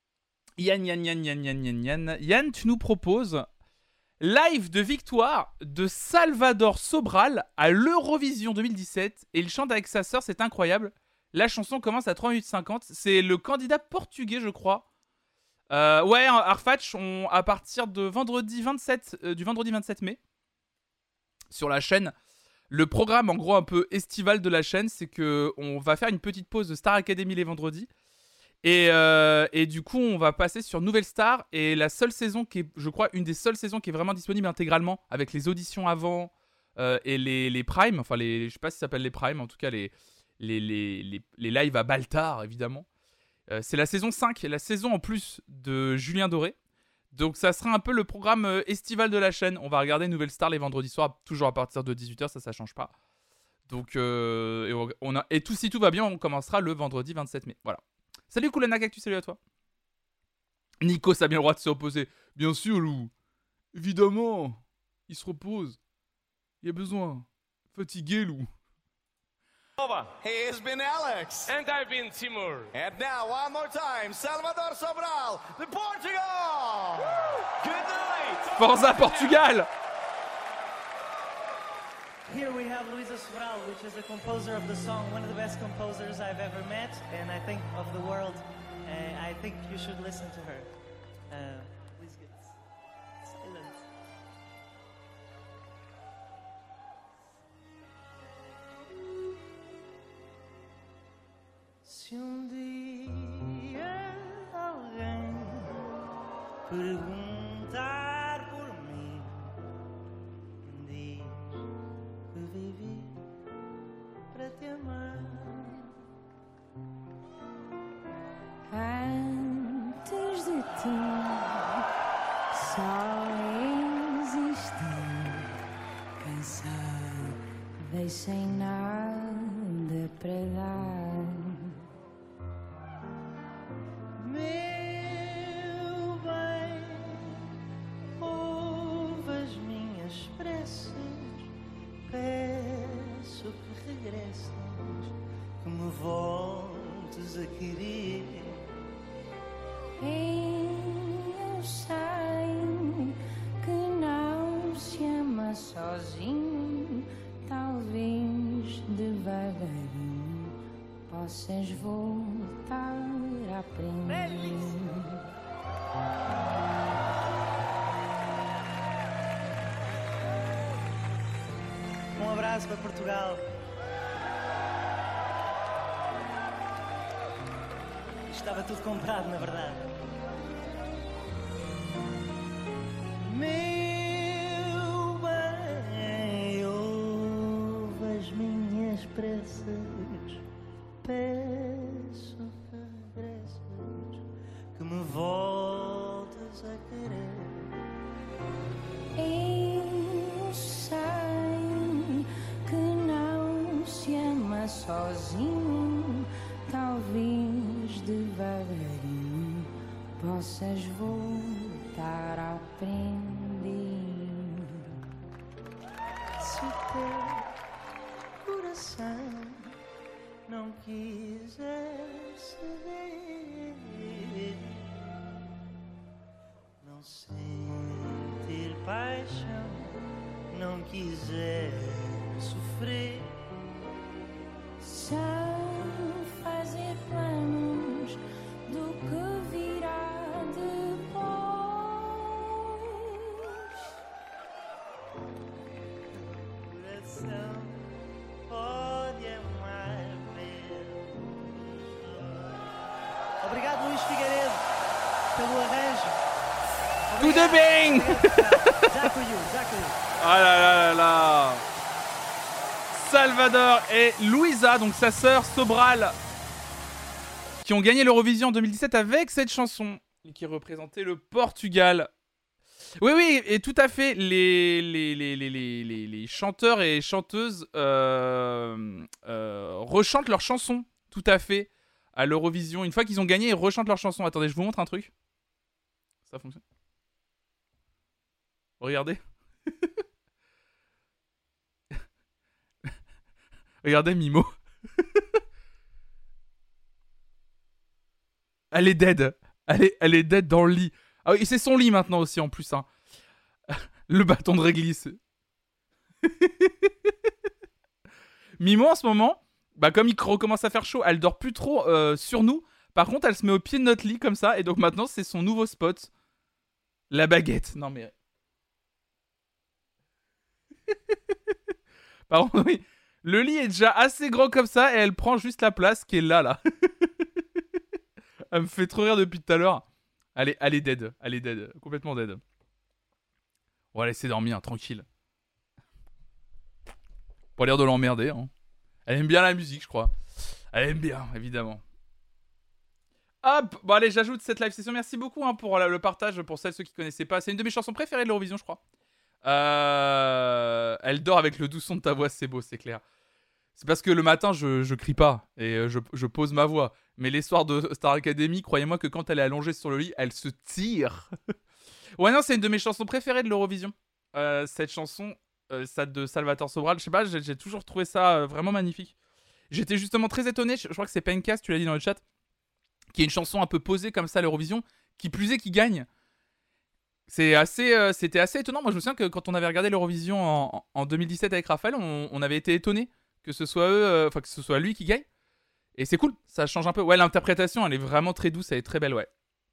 tu nous proposes live de victoire de Salvador Sobral à l'Eurovision 2017 et il chante avec sa sœur, c'est incroyable. La chanson commence à 3 minutes 50. C'est le candidat portugais, je crois. Ouais, Arfatch, à partir de vendredi 27 mai, sur la chaîne. Le programme, en gros, un peu estival de la chaîne, c'est qu'on va faire une petite pause de Star Academy les vendredis. Et du coup, on va passer sur Nouvelle Star. Et la seule saison qui est, je crois, une des seules saisons qui est vraiment disponible intégralement, avec les auditions avant et les primes. Enfin, je sais pas si ça s'appelle les primes, en tout cas, les lives à Baltar, évidemment. C'est la saison 5, la saison en plus de Julien Doré. Donc ça sera un peu le programme estival de la chaîne. On va regarder Nouvelle Star les vendredis soirs, toujours à partir de 18h, ça change pas. Donc, et si tout va bien, on commencera le vendredi 27 mai. Voilà. Salut Koulana Cactus, salut à toi. Nico, ça a bien le droit de se reposer. Bien sûr, Lou. Évidemment. Il se repose. Il y a besoin. Fatigué, Lou. He has been Alex. And I've been Timur. And now, one more time, Salvador Sobral, the Portugal. Good night. Forza Portugal. Here we have Luisa Sobral, which is the composer of the song, one of the best composers I've ever met, and I think of the world. I think you should listen to her. Please get silent. Se dia alguém perguntar por mim, diz que vivi para te amar. Antes de ti só existi, cansada, sem nada para dar. Meu bem, ouve as minhas preces, peço que regresses, que me voltes a querer. Eu sei que não se ama sozinho, talvez devagarinho possas voltar a aprender. Um abraço para Portugal. Estava tudo comprado, na verdade. Meu bem, ouve as minhas preces, peço que regresses, que me voltes a querer. Eu sei que não se ama sozinho, talvez devagarinho possas voltar a aprender. Se o teu coração não quiser ceder, não sentir paixão, não quiser sofrer, sem fazer planos do que virá depois. o coração pode amar mesmo. Obrigado, Luís Figueiredo, pelo arranjo. Tudo bem. Zacuyu. Ah là là là là. Salvador et Luisa, donc sa sœur Sobral, qui ont gagné l'Eurovision en 2017 avec cette chanson et qui représentait le Portugal. Oui, et tout à fait, les chanteurs et chanteuses rechantent leurs chansons, tout à fait, à l'Eurovision. Une fois qu'ils ont gagné, ils rechantent leurs chansons. Attendez, je vous montre un truc. Ça fonctionne. Regardez. Regardez Mimo. Elle est dead. Elle est dead dans le lit. Ah oui, c'est son lit maintenant aussi en plus. Hein. Le bâton de réglisse. Mimo en ce moment, bah comme il recommence à faire chaud, elle dort plus trop sur nous. Par contre, elle se met au pied de notre lit comme ça. Et donc maintenant, c'est son nouveau spot. La baguette. Non mais... Par contre, oui. Le lit est déjà assez grand comme ça et elle prend juste la place qui est là. Elle me fait trop rire depuis tout à l'heure. Elle est dead. Elle est dead. Complètement dead. On va laisser dormir, tranquille. Pas l'air de l'emmerder. Hein. Elle aime bien la musique, je crois. Elle aime bien, évidemment. Hop, bon allez, j'ajoute cette live session. Merci beaucoup pour le partage, pour ceux qui connaissaient pas. C'est une de mes chansons préférées de l'Eurovision, je crois. Elle dort avec le doux son de ta voix, c'est beau, c'est clair. C'est parce que le matin, je crie pas et je pose ma voix. Mais les soirs de Star Academy, croyez-moi que quand elle est allongée sur le lit, elle se tire. Ouais, non, c'est une de mes chansons préférées de l'Eurovision. Cette chanson, celle de Salvatore Sobral, je sais pas, j'ai toujours trouvé ça vraiment magnifique. J'étais justement très étonné, je crois que c'est Pencast, tu l'as dit dans le chat, qui est une chanson un peu posée comme ça à l'Eurovision, qui plus est qui gagne. C'était assez étonnant. Moi, je me souviens que quand on avait regardé l'Eurovision en 2017 avec Raphaël, on avait été étonnés que ce soit eux, que ce soit lui qui gagne. Et c'est cool, ça change un peu. Ouais, l'interprétation, elle est vraiment très douce, elle est très belle, ouais.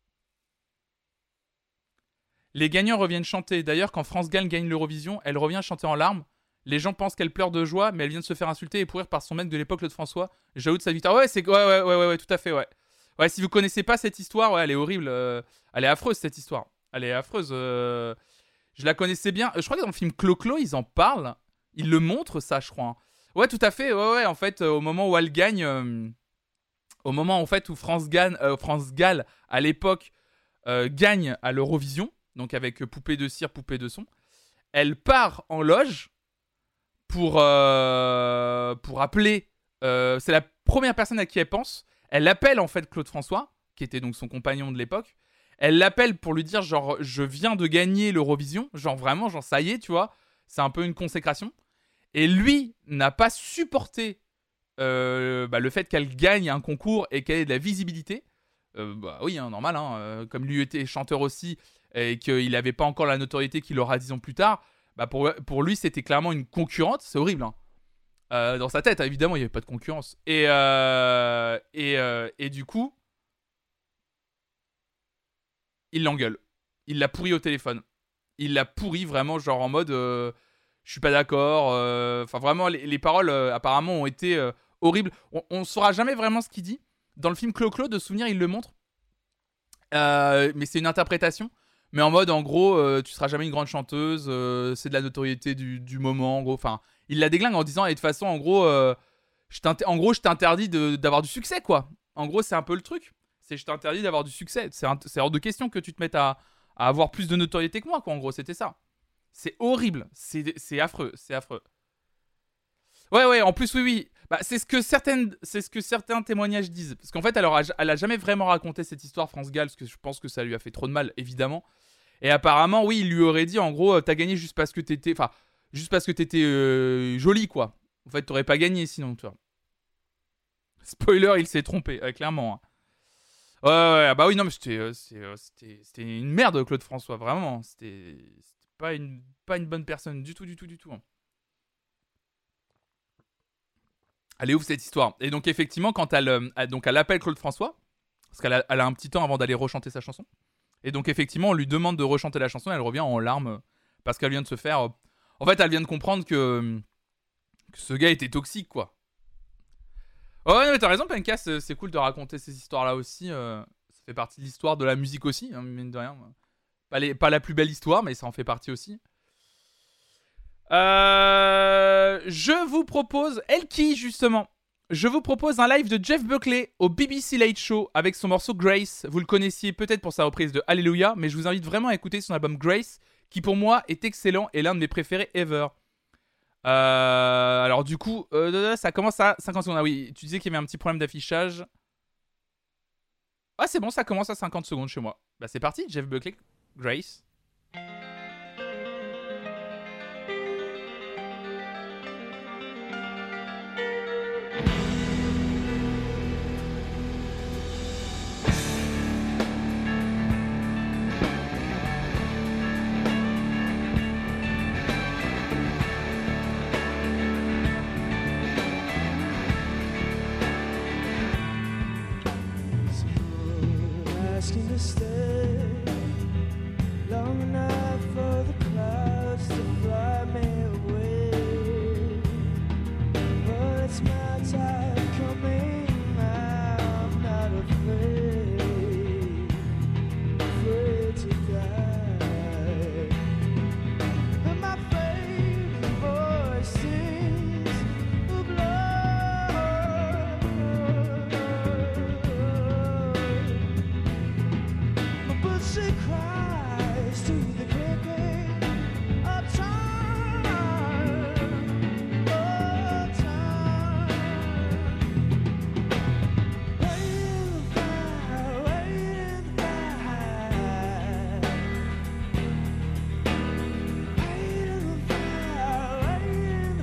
Les gagnants reviennent chanter. D'ailleurs, quand France Gall gagne l'Eurovision, elle revient chanter en larmes. Les gens pensent qu'elle pleure de joie, mais elle vient de se faire insulter et pourrir par son mec de l'époque, Claude François. J'avoue de sa victoire. Ouais, ouais, tout à fait, ouais. Ouais, si vous connaissez pas cette histoire, ouais, elle est horrible. Elle est affreuse, cette histoire. Elle est affreuse. Je la connaissais bien. Je crois que dans le film Clo-Clo, ils en parlent. Ils le montrent, ça, je crois. Ouais, tout à fait. Ouais. En fait, au moment où elle gagne, au moment en fait où France Gall, à l'époque, gagne à l'Eurovision, donc avec Poupée de cire, Poupée de son, elle part en loge pour appeler. C'est la première personne à qui elle pense. Elle appelle en fait Claude François, qui était donc son compagnon de l'époque. Elle l'appelle pour lui dire genre je viens de gagner l'Eurovision, genre vraiment, genre ça y est, tu vois, c'est un peu une consécration. Et lui n'a pas supporté le fait qu'elle gagne un concours et qu'elle ait de la visibilité. Oui, hein, normal, hein, comme lui était chanteur aussi et qu'il n'avait pas encore la notoriété qu'il aura 10 ans plus tard, bah pour lui c'était clairement une concurrente, c'est horrible. Hein. Dans sa tête, évidemment, il n'y avait pas de concurrence. Et du coup, il l'engueule. Il l'a pourri au téléphone. Il l'a pourri vraiment, genre en mode je suis pas d'accord. Enfin, vraiment, les paroles apparemment ont été horribles. On saura jamais vraiment ce qu'il dit. Dans le film Clo-Clo, de souvenir, il le montre. Mais c'est une interprétation. Mais en mode, en gros, tu seras jamais une grande chanteuse. C'est de la notoriété du moment, en gros. Enfin, il la déglingue en disant, et de toute façon, en gros, je t'interdis d'avoir du succès, quoi. En gros, c'est un peu le truc. C'est je t'interdis d'avoir du succès. C'est hors de question que tu te mettes à avoir plus de notoriété que moi, quoi. En gros, c'était ça. C'est horrible. C'est affreux. C'est affreux. Ouais, en plus, oui. Bah, c'est ce que certains témoignages disent. Parce qu'en fait, elle a jamais vraiment raconté cette histoire, France Gall, parce que je pense que ça lui a fait trop de mal, évidemment. Et apparemment, oui, il lui aurait dit, en gros, t'as gagné juste parce que t'étais... Enfin, juste parce que t'étais jolie, quoi. En fait, t'aurais pas gagné, sinon, tu vois. Spoiler, il s'est trompé, clairement. Hein. Ouais, bah oui, non, mais c'était une merde, Claude François, vraiment. C'était pas une bonne personne, du tout. Hein. Elle est ouf cette histoire. Et donc effectivement, quand elle appelle Claude François, parce qu'elle a un petit temps avant d'aller rechanter sa chanson, et donc effectivement on lui demande de rechanter la chanson, elle revient en larmes, parce qu'elle vient de se faire... En fait, elle vient de comprendre que ce gars était toxique, quoi. Oh non, mais t'as raison, Pencast, c'est cool de raconter ces histoires-là aussi. Ça fait partie de l'histoire de la musique aussi, hein, mine de rien. Pas la plus belle histoire, mais ça en fait partie aussi. Je vous propose, Elki justement, je vous propose un live de Jeff Buckley au BBC Late Show avec son morceau Grace. Vous le connaissiez peut-être pour sa reprise de Hallelujah, mais je vous invite vraiment à écouter son album Grace, qui pour moi est excellent et l'un de mes préférés ever. Alors du coup, ça commence à 50 secondes. Ah oui, tu disais qu'il y avait un petit problème d'affichage. Ah c'est bon, ça commence à 50 secondes chez moi. Bah c'est parti, Jeff Buckley, Grace. Asking to stay long enough for the clouds to fly me away. But it's my time coming, I'm not afraid to die. And my favorite voice sings the blood. she cries to the kicking of time, of time. Waiting fire, waiting fire, waiting fire, waiting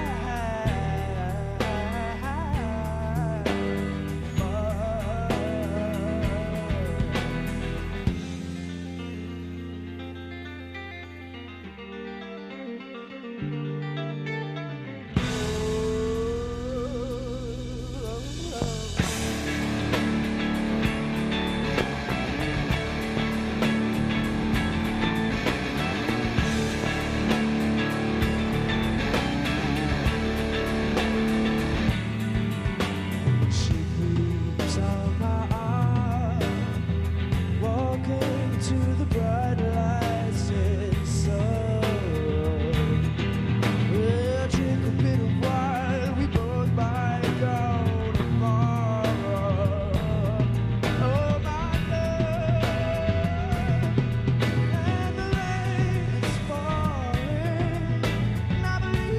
She creeps on my arm, walking to the bright lights inside. We'll drink a bit of wine, we both might go tomorrow. Oh my love, and the rain is falling, and I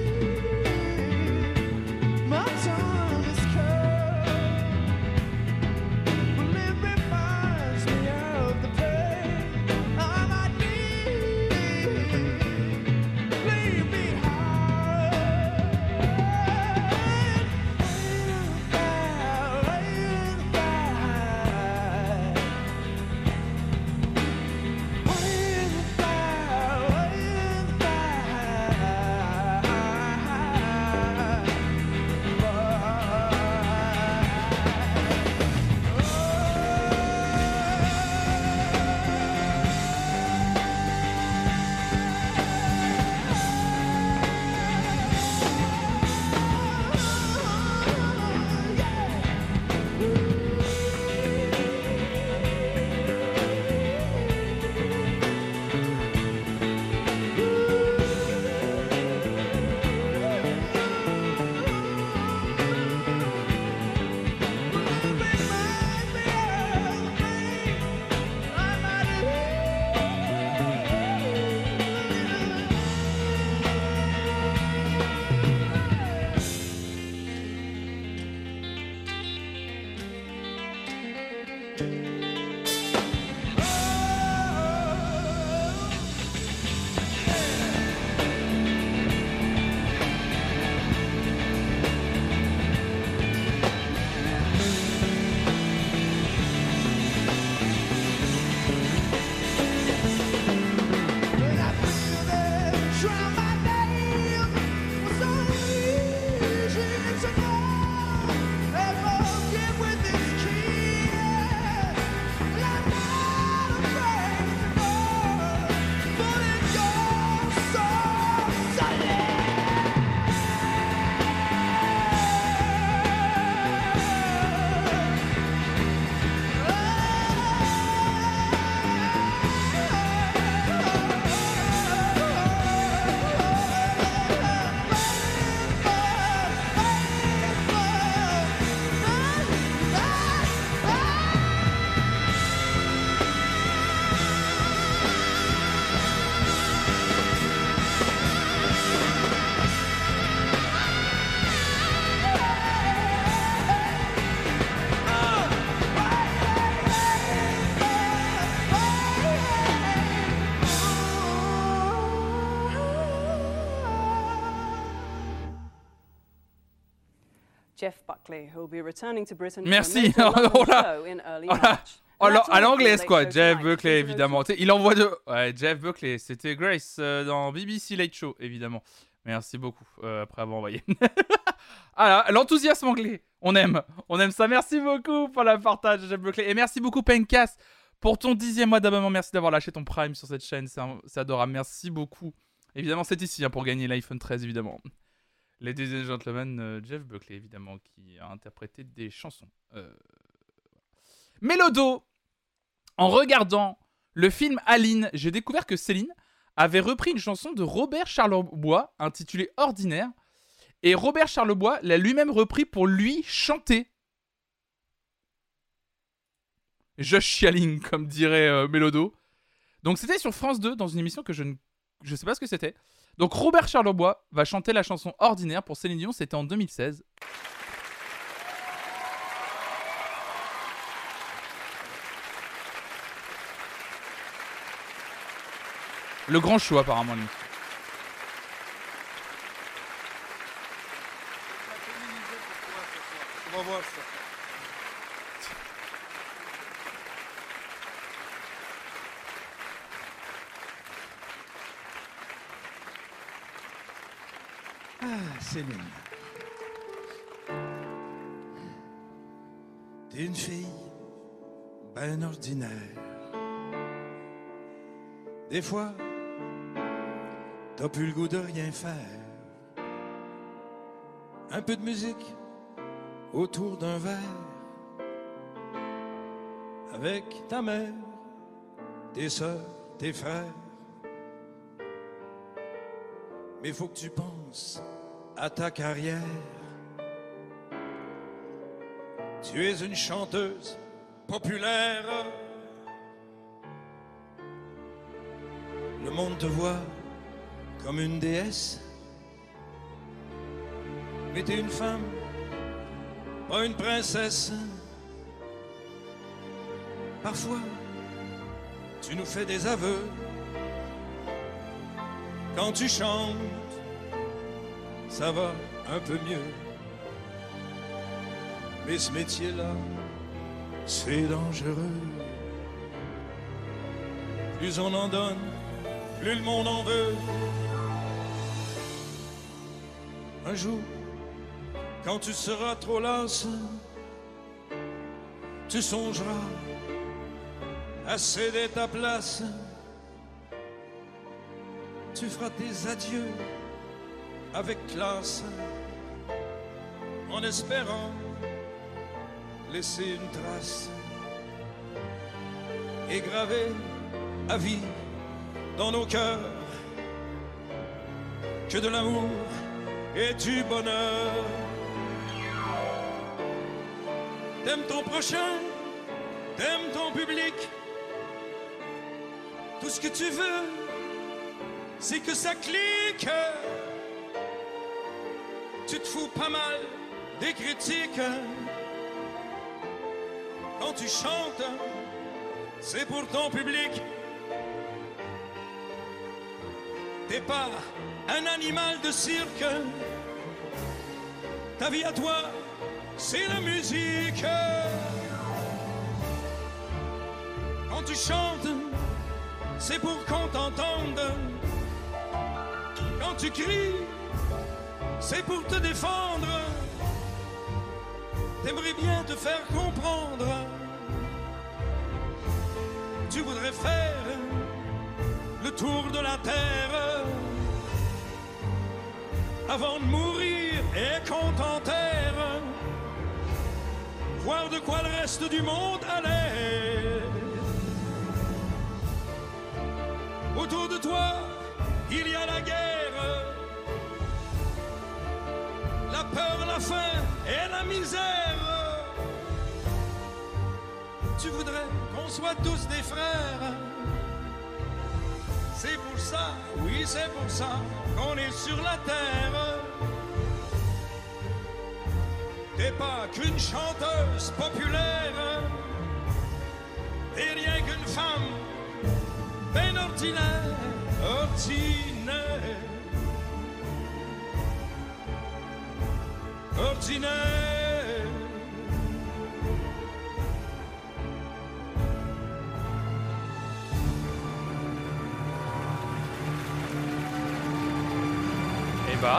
believe my time is come. Well, it reminds me of the pain I might need. Leave behind. Waiting fire, waiting fire. Waiting fire, waiting Jeff Buckley, who will be returning to Britain Merci. for a major Oh là. show in early Oh là. March. Oh, And that's all à for l'anglaise the quoi, Late Show Jeff tonight. Buckley Into évidemment. Tu sais, il envoie de... Ouais, Jeff Buckley, c'était Grace dans BBC Late Show évidemment. Merci beaucoup après avoir envoyé. Ah là, l'enthousiasme anglais, on aime ça. Merci beaucoup pour la partage Jeff Buckley. Et merci beaucoup Pencast pour ton 10e mois d'abonnement. Merci d'avoir lâché ton Prime sur cette chaîne, c'est adorable. Merci beaucoup. Évidemment c'est ici pour gagner l'iPhone 13 évidemment. Ladies and gentlemen, Jeff Buckley évidemment qui a interprété des chansons. Mélodo. En regardant le film Aline, j'ai découvert que Céline avait repris une chanson de Robert Charlebois intitulée Ordinaire. Et Robert Charlebois l'a lui-même repris pour lui chanter. Je chialing, comme dirait Mélodo. Donc c'était sur France 2 dans une émission que je sais pas ce que c'était. Donc Robert Charlebois va chanter la chanson Ordinaire pour Céline Dion, c'était en 2016. Le grand show apparemment lui. On va voir ça. Ah, Céline. T'es une fille ben ordinaire. Des fois, t'as plus le goût de rien faire. Un peu de musique autour d'un verre. Avec ta mère, tes sœurs, tes frères. Mais faut que tu penses à ta carrière. Tu es une chanteuse populaire. Le monde te voit comme une déesse. Mais t'es une femme, pas une princesse. Parfois, tu nous fais des aveux. Quand tu chantes, ça va un peu mieux. Mais ce métier-là, c'est dangereux. Plus on en donne, plus le monde en veut. Un jour, quand tu seras trop lasse, tu songeras à céder ta place. Tu feras tes adieux avec classe, en espérant laisser une trace et graver à vie dans nos cœurs que de l'amour et du bonheur. T'aimes ton prochain, t'aimes ton public. Tout ce que tu veux, c'est que ça clique. Tu te fous pas mal des critiques. Quand tu chantes, c'est pour ton public. T'es pas un animal de cirque. Ta vie à toi, c'est la musique. Quand tu chantes, c'est pour qu'on t'entende. Quand tu cries, c'est pour te défendre. T'aimerais bien te faire comprendre. Tu voudrais faire le tour de la terre avant de mourir et qu'on t'enterre. Voir de quoi le reste du monde a l'air. Autour de toi, il y a la guerre, la peur, la faim et la misère. Tu voudrais qu'on soit tous des frères. C'est pour ça, oui c'est pour ça qu'on est sur la terre. T'es pas qu'une chanteuse populaire. T'es rien qu'une femme ben ordinaire, ordinaire, ordinaire. Et bah.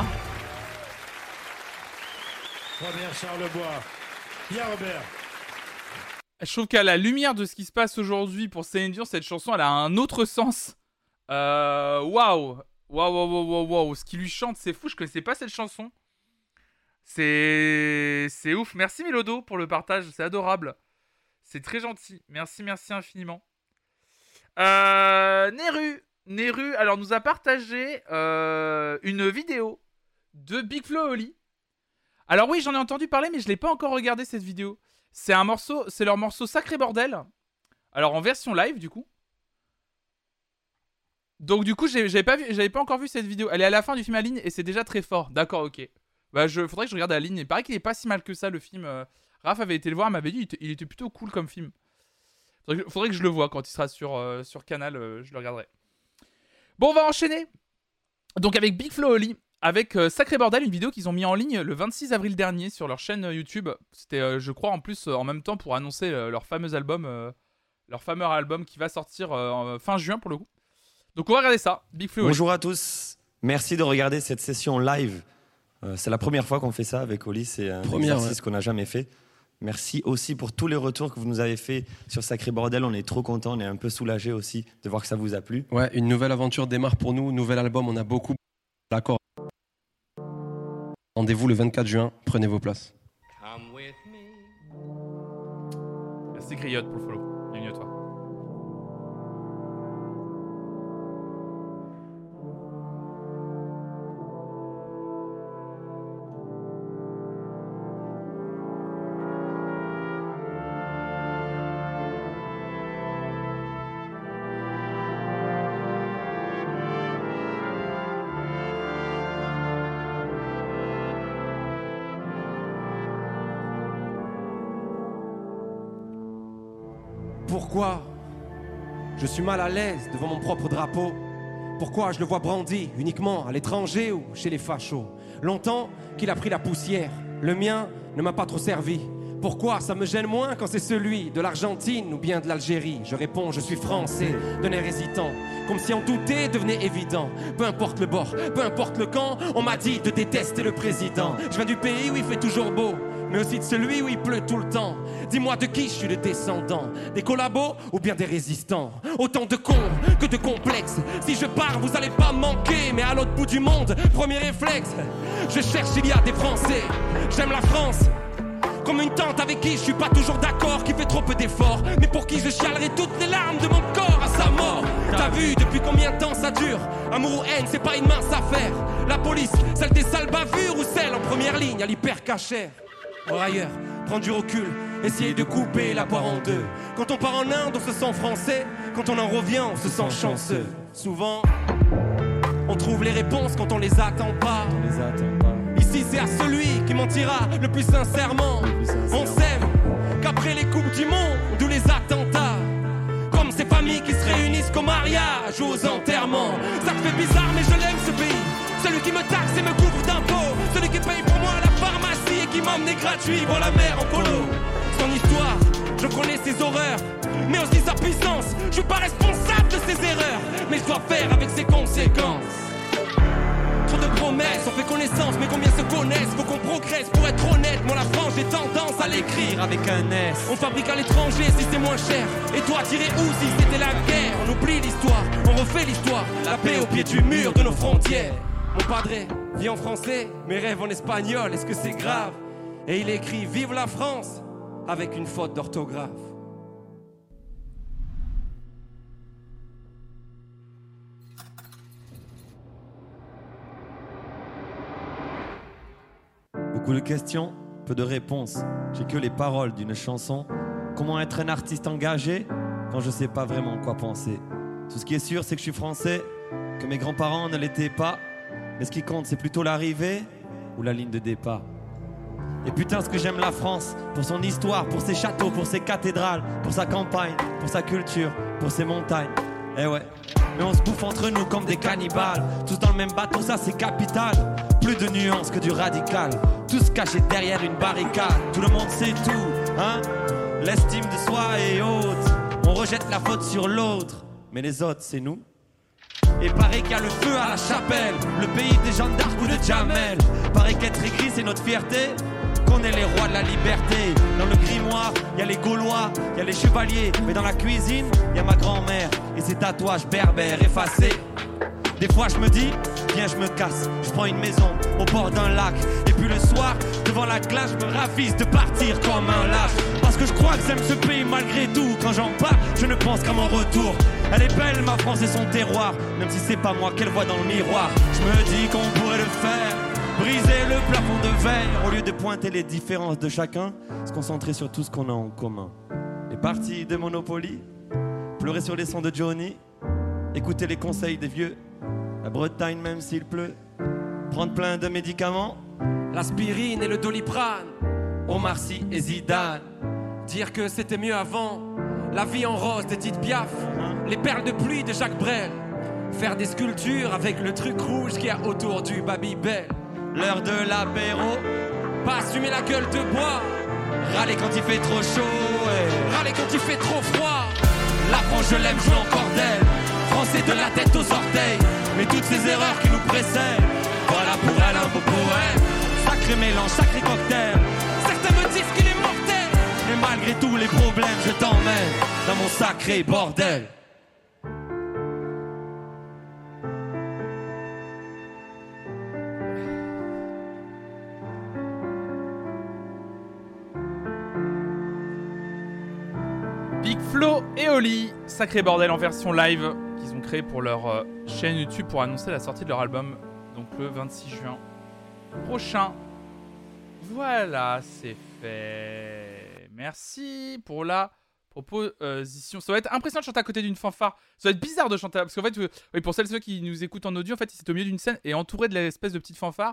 Robert Charlebois. Pierre Robert. Je trouve qu'à la lumière de ce qui se passe aujourd'hui pour Céline Dion, cette chanson, elle a un autre sens. Waouh. Waouh. Ce qu'il lui chante, c'est fou. Je connaissais pas cette chanson. C'est ouf. Merci Mélodo pour le partage. C'est adorable. C'est très gentil. Merci infiniment. Neru, alors nous a partagé une vidéo de Big Flo et Oli. Alors oui, j'en ai entendu parler, mais je l'ai pas encore regardé cette vidéo. C'est leur morceau Sacré Bordel. Alors en version live du coup. Donc du coup, j'avais pas encore vu cette vidéo. Elle est à la fin du film Aline et c'est déjà très fort. D'accord, ok. Bah, faudrait que je regarde Aline. Il paraît qu'il est pas si mal que ça le film. Raph avait été le voir, m'avait dit il était plutôt cool comme film. Faudrait que je le voie quand il sera sur Canal, je le regarderai. Bon, on va enchaîner. Donc avec Big Flo Oli, avec Sacré Bordel, une vidéo qu'ils ont mis en ligne le 26 avril dernier sur leur chaîne YouTube. C'était, je crois, en plus en même temps pour annoncer leur fameux album qui va sortir fin juin pour le coup. Donc on va regarder ça, Big Flo Oli. Bonjour à tous, merci de regarder cette session live. C'est la première fois qu'on fait ça avec Oli, c'est un exercice qu'on n'a jamais fait. Merci aussi pour tous les retours que vous nous avez fait sur Sacré Bordel. On est trop contents, on est un peu soulagés aussi de voir que ça vous a plu. Ouais, une nouvelle aventure démarre pour nous, nouvel album, on a beaucoup d'accord. Rendez-vous le 24 juin, prenez vos places. Merci Griotte pour le follow. Bienvenue à toi. Pourquoi je suis mal à l'aise devant mon propre drapeau? Pourquoi je le vois brandi uniquement à l'étranger ou chez les fachos? Longtemps qu'il a pris la poussière, le mien ne m'a pas trop servi. Pourquoi ça me gêne moins quand c'est celui de l'Argentine ou bien de l'Algérie? Je réponds, je suis français, d'un air hésitant, comme si en douter devenait évident. Peu importe le bord, peu importe le camp, on m'a dit de détester le président. Je viens du pays où il fait toujours beau, mais aussi de celui où il pleut tout le temps. Dis-moi de qui je suis le descendant, des collabos ou bien des résistants? Autant de cons que de complexes. Si je pars, vous allez pas manquer, mais à l'autre bout du monde, premier réflexe, je cherche, il y a des Français. J'aime la France comme une tante avec qui je suis pas toujours d'accord, qui fait trop peu d'efforts, mais pour qui je chialerai toutes les larmes de mon corps à sa mort. T'as vu depuis combien de temps ça dure? Amour ou haine, c'est pas une mince affaire. La police, celle des sales bavures ou celle en première ligne à l'hyper-cachère? Or ailleurs, prendre du recul, essayer de couper la poire en deux. Quand on part en Inde, on se sent français. Quand on en revient, on se sent chanceux. Souvent, on trouve les réponses quand on les attend pas. Ici, c'est à celui qui mentira le plus sincèrement. On s'aime qu'après les coupes du monde ou les attentats. Comme ces familles qui se réunissent qu'au mariage ou aux enterrements. Ça te fait bizarre, mais je l'aime ce pays. Celui qui me taxe et me couvre d'impôts. Celui qui paye pour moi la pharmacie et qui m'emmène gratuit pour la mer en polo. Son histoire, je connais ses horreurs, mais aussi sa puissance. Je suis pas responsable de ses erreurs, mais je dois faire avec ses conséquences. Trop de promesses, on fait connaissance, mais combien se connaissent? Faut qu'on progresse pour être honnête. Moi la France, j'ai tendance à l'écrire avec un S. On fabrique à l'étranger si c'est moins cher. Et toi t'irais où si c'était la guerre? On oublie l'histoire, on refait l'histoire. La paix au pied du mur de nos frontières. Mon padré vit en français, mes rêves en espagnol, est-ce que c'est grave? Et il écrit vive la France avec une faute d'orthographe. Beaucoup de questions, peu de réponses. J'ai que les paroles d'une chanson. Comment être un artiste engagé quand je sais pas vraiment quoi penser? Tout ce qui est sûr, c'est que je suis français, que mes grands-parents ne l'étaient pas. Mais ce qui compte, c'est plutôt l'arrivée ou la ligne de départ. Et putain, ce que j'aime la France, pour son histoire, pour ses châteaux, pour ses cathédrales, pour sa campagne, pour sa culture, pour ses montagnes. Eh ouais, mais on se bouffe entre nous comme des cannibales. Tous dans le même bateau, ça c'est capital. Plus de nuances que du radical. Tous cachés derrière une barricade. Tout le monde sait tout, hein? L'estime de soi est haute. On rejette la faute sur l'autre, mais les autres, c'est nous. Et paraît qu'il y a le feu à la chapelle, le pays des Jeanne d'Arc ou de Jamel. Paraît qu'être écrit c'est notre fierté, qu'on est les rois de la liberté. Dans le grimoire, il y a les Gaulois, il y a les chevaliers. Mais dans la cuisine, il y a ma grand-mère et ses tatouages berbères effacés. Des fois je me dis, viens je me casse, je prends une maison au bord d'un lac. Et puis le soir, devant la glace, je me ravise de partir comme un lâche. Parce que je crois que j'aime ce pays malgré tout. Quand j'en pars, je ne pense qu'à mon retour. Elle est belle ma France et son terroir, même si c'est pas moi qu'elle voit dans le miroir. Je me dis qu'on pourrait le faire, briser le plafond de verre. Au lieu de pointer les différences de chacun, se concentrer sur tout ce qu'on a en commun. Les parties de Monopoly, pleurer sur les sons de Johnny, écouter les conseils des vieux. La Bretagne même s'il pleut. Prendre plein de médicaments. L'aspirine et le Doliprane. Omar Sy et Zidane. Dire que c'était mieux avant. La vie en rose d'Edith Piaf. Les perles de pluie de Jacques Brel. Faire des sculptures avec le truc rouge qu'il y a autour du Babybel. L'heure de l'apéro. Pas assumer la gueule de bois. Râler quand il fait trop chaud. Râler quand il fait trop froid. La France je l'aime, joue encore d'elle. Français de la tête aux orteils. Mais toutes ces erreurs qui nous précèdent. Voilà pour elle un beau poème. Sacré mélange, sacré cocktail. Certains me disent qu'il est mortel. Mais malgré tous les problèmes, je t'emmène dans mon sacré bordel. Big Flo et Oli, Sacré Bordel en version live qu'ils ont créé pour leur chaîne YouTube pour annoncer la sortie de leur album, donc le 26 juin prochain. Voilà, c'est fait. Merci pour la proposition. Ça va être impressionnant de chanter à côté d'une fanfare. Ça va être bizarre de chanter, parce qu'en fait, oui, pour celles et ceux qui nous écoutent en audio, en fait, c'est au milieu d'une scène et entouré de l'espèce de petite fanfare.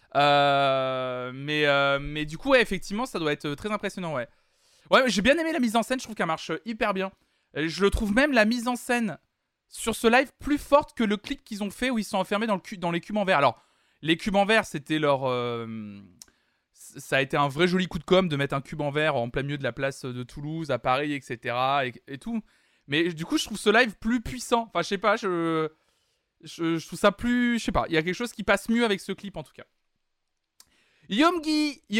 Mais du coup, ouais, effectivement, ça doit être très impressionnant, ouais. Ouais, j'ai bien aimé la mise en scène, je trouve qu'elle marche hyper bien. Je le trouve même la mise en scène sur ce live plus forte que le clip qu'ils ont fait où ils sont enfermés dans les cubes en verre. Alors, les cubes en verre, c'était leur... ça a été un vrai joli coup de com' de mettre un cube en verre en plein milieu de la place de Toulouse, à Paris, etc. et tout. Mais du coup, je trouve ce live plus puissant. Enfin, je sais pas, je trouve ça plus... Je sais pas, il y a quelque chose qui passe mieux avec ce clip en tout cas. Yomgi.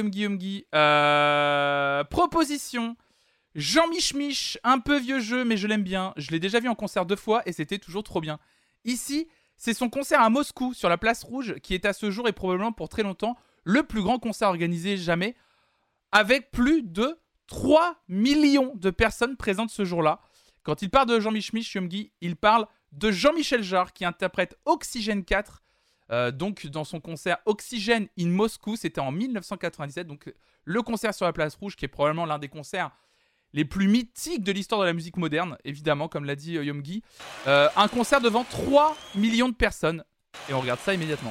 Proposition. Jean Mich, un peu vieux jeu, mais je l'aime bien. Je l'ai déjà vu en concert 2 fois et c'était toujours trop bien. Ici, c'est son concert à Moscou, sur la place rouge, qui est à ce jour et probablement pour très longtemps le plus grand concert organisé jamais, avec plus de 3 millions de personnes présentes ce jour-là. Quand il parle de Jean Mich, Yomgi, il parle de Jean-Michel Jarre, qui interprète Oxygène 4, donc dans son concert Oxygène in Moscou, c'était en 1997, donc le concert sur la place rouge qui est probablement l'un des concerts les plus mythiques de l'histoire de la musique moderne, évidemment, comme l'a dit Yomgi. Un concert devant 3 millions de personnes, et on regarde ça immédiatement.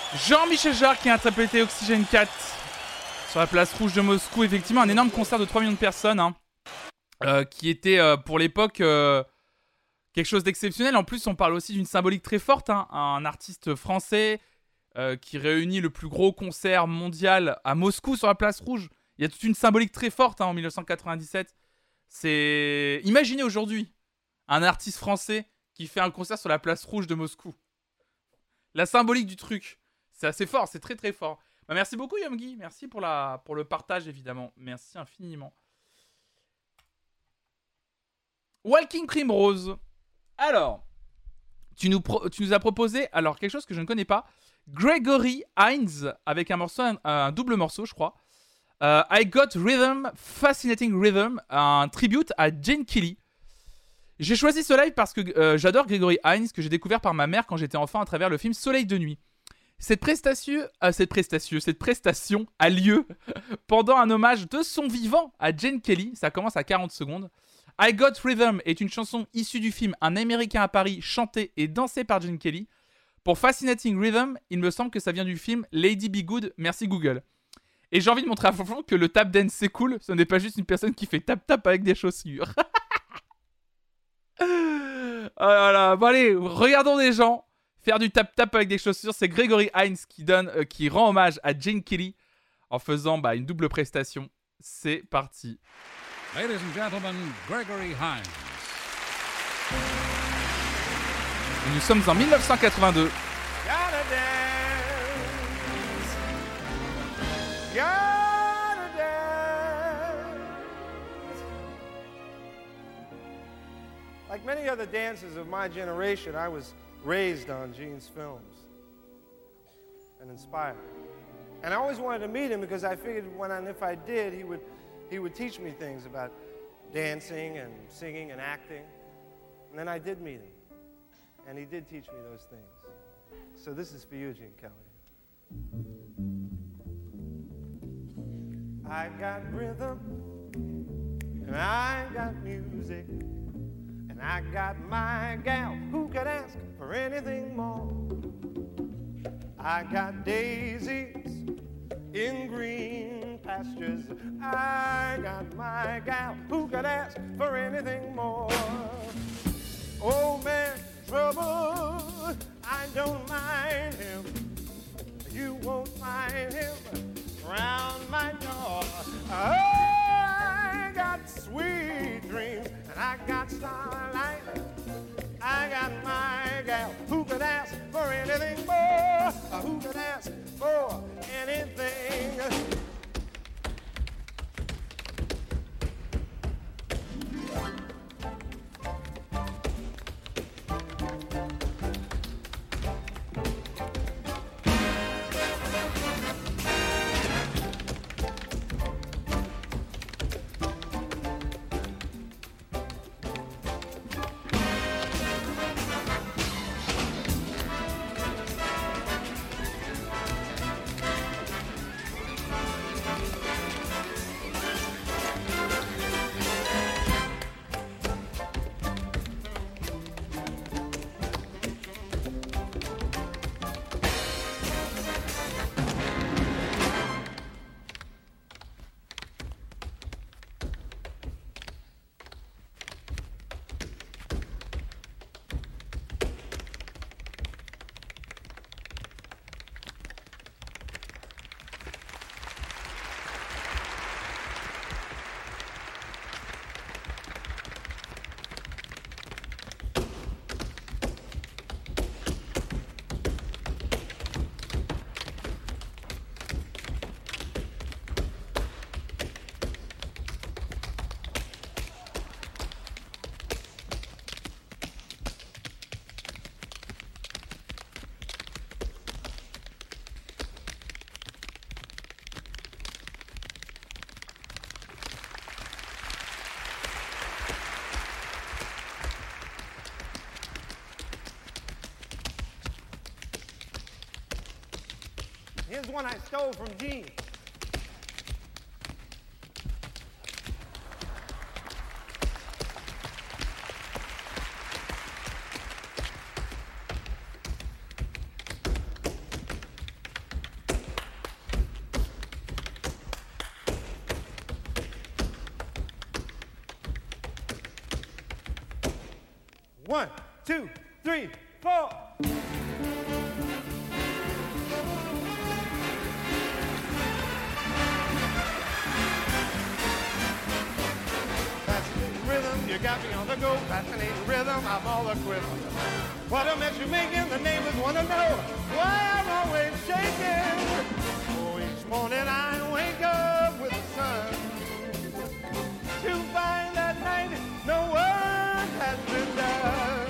Jean-Michel Jarre qui a interprété Oxygène 4 sur la place rouge de Moscou. Effectivement, un énorme concert de 3 millions de personnes qui était pour l'époque quelque chose d'exceptionnel. En plus, on parle aussi d'une symbolique très forte. Un artiste français qui réunit le plus gros concert mondial à Moscou sur la place rouge. Il y a toute une symbolique très forte en 1997. Imaginez aujourd'hui un artiste français qui fait un concert sur la place rouge de Moscou. La symbolique du truc, c'est assez fort, c'est très très fort. Bah, merci beaucoup Yomgi, merci pour le partage évidemment, merci infiniment. Walking Primrose. Alors, tu nous as proposé quelque chose que je ne connais pas, Gregory Hines avec un double morceau je crois. I Got Rhythm, Fascinating Rhythm, un tribute à Gene Kelly. J'ai choisi ce live parce que j'adore Gregory Hines, que j'ai découvert par ma mère quand j'étais enfant à travers le film Soleil de nuit. Cette prestation a lieu pendant un hommage de son vivant à Gene Kelly. Ça commence à 40 secondes. I Got Rhythm est une chanson issue du film Un Américain à Paris, chantée et dansée par Gene Kelly. Pour Fascinating Rhythm, il me semble que ça vient du film Lady Be Good, merci Google. Et j'ai envie de montrer à Fonfon que le tap dance c'est cool, ce n'est pas juste une personne qui fait tap tap avec des chaussures. Oh là là, bon allez, regardons des gens faire du tap tap avec des chaussures. C'est Gregory Hines qui rend hommage à Gene Kelly en faisant une double prestation. C'est parti. Ladies and gentlemen, Gregory Hines. Et nous sommes en 1982. Gotta dance. Like many other dancers of my generation, I was raised on Gene's films and inspired. And I always wanted to meet him because I figured if I did, he would teach me things about dancing and singing and acting. And then I did meet him. And he did teach me those things. So this is for you, Gene Kelly. I got rhythm, and I got music, and I got my gal. Who could ask for anything more? I got daisies in green pastures. I got my gal. Who could ask for anything more? Old man trouble, I don't mind him. You won't find him round my door. I got sweet dreams and I got starlight. I got my gal. Who could ask for anything more? Who could ask for anything? Here's one I stole from Gene. 1, 2, 3, 4. Fascinating rhythm, you got me on the go. Fascinating rhythm, I'm all equipped. What a mess you're making, the neighbors want to know why I'm always shaking. Oh, each morning I wake up with the sun to find that night no work has been done.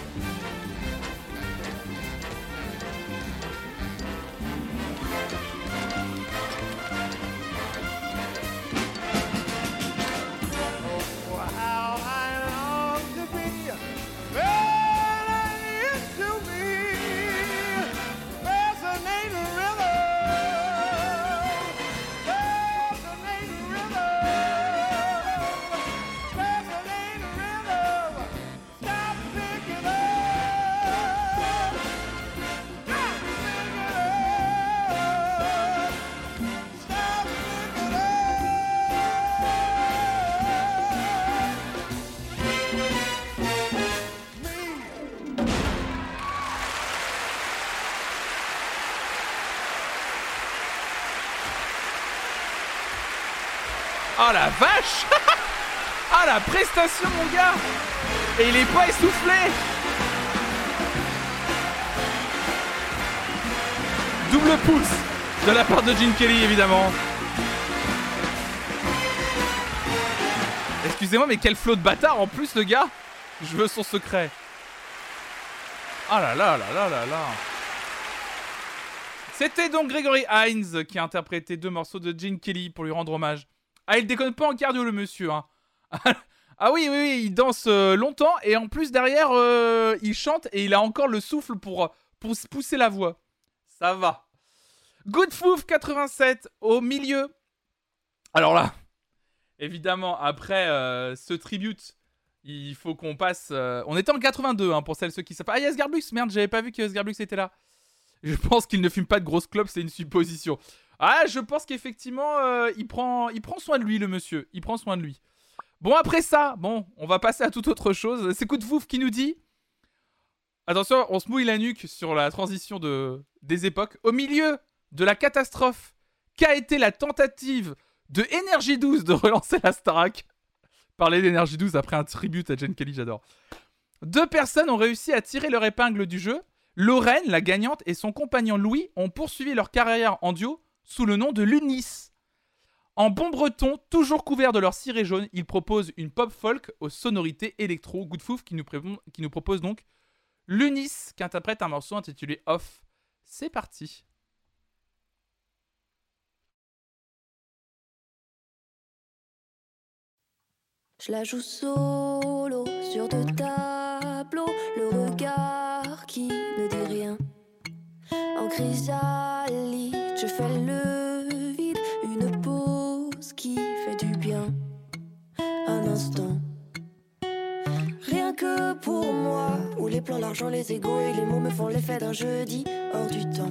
Oh, how I long to be where I used to be. Fascinating rhythm, fascinating rhythm, fascinating rhythm. Stop picking up, stop picking up, stop picking up. Oh la vache. Ah la prestation mon gars. Et il est pas essoufflé. Double pouce de la part de Gene Kelly évidemment. Excusez-moi mais quel flow de bâtard en plus le gars. Je veux son secret. Ah là là là là là là. C'était donc Gregory Hines qui a interprété 2 morceaux de Gene Kelly pour lui rendre hommage. Ah, il déconne pas en cardio, le monsieur. Hein. Ah oui, oui, oui, il danse longtemps et en plus, derrière, il chante et il a encore le souffle pour pousser la voix. Ça va. Good Fouf 87 au milieu. Alors là, évidemment, après ce tribute, il faut qu'on passe... on était en 82, hein, pour ceux qui savent. Ah, il y a Sgarbux. Merde, j'avais pas vu que Sgarbux était là. Je pense qu'il ne fume pas de grosses clopes, c'est une supposition. Ah, je pense qu'effectivement, il prend soin de lui, le monsieur. Il prend soin de lui. Bon, après ça, bon, on va passer à toute autre chose. C'est Coup de Fouf qui nous dit... Attention, on se mouille la nuque sur la transition des époques. Au milieu de la catastrophe qu'a été la tentative de Énergie 12 de relancer la Starac. Parler d'Énergie 12 après un tribute à Gene Kelly, j'adore. 2 personnes ont réussi à tirer leur épingle du jeu. Lorraine, la gagnante, et son compagnon Louis ont poursuivi leur carrière en duo sous le nom de l'Unis. En bon breton, toujours couvert de leur ciré jaune, ils proposent une pop folk aux sonorités électro. Good Fouf qui nous propose donc l'Unis qui interprète un morceau intitulé Off. C'est parti. Je la joue solo sur 2 tableaux, le regard qui ne dit rien. En chrysalide, je fais le vide, une pause qui fait du bien. Un instant, rien que pour moi, où les plans, l'argent, les égos et les mots me font l'effet d'un jeudi hors du temps.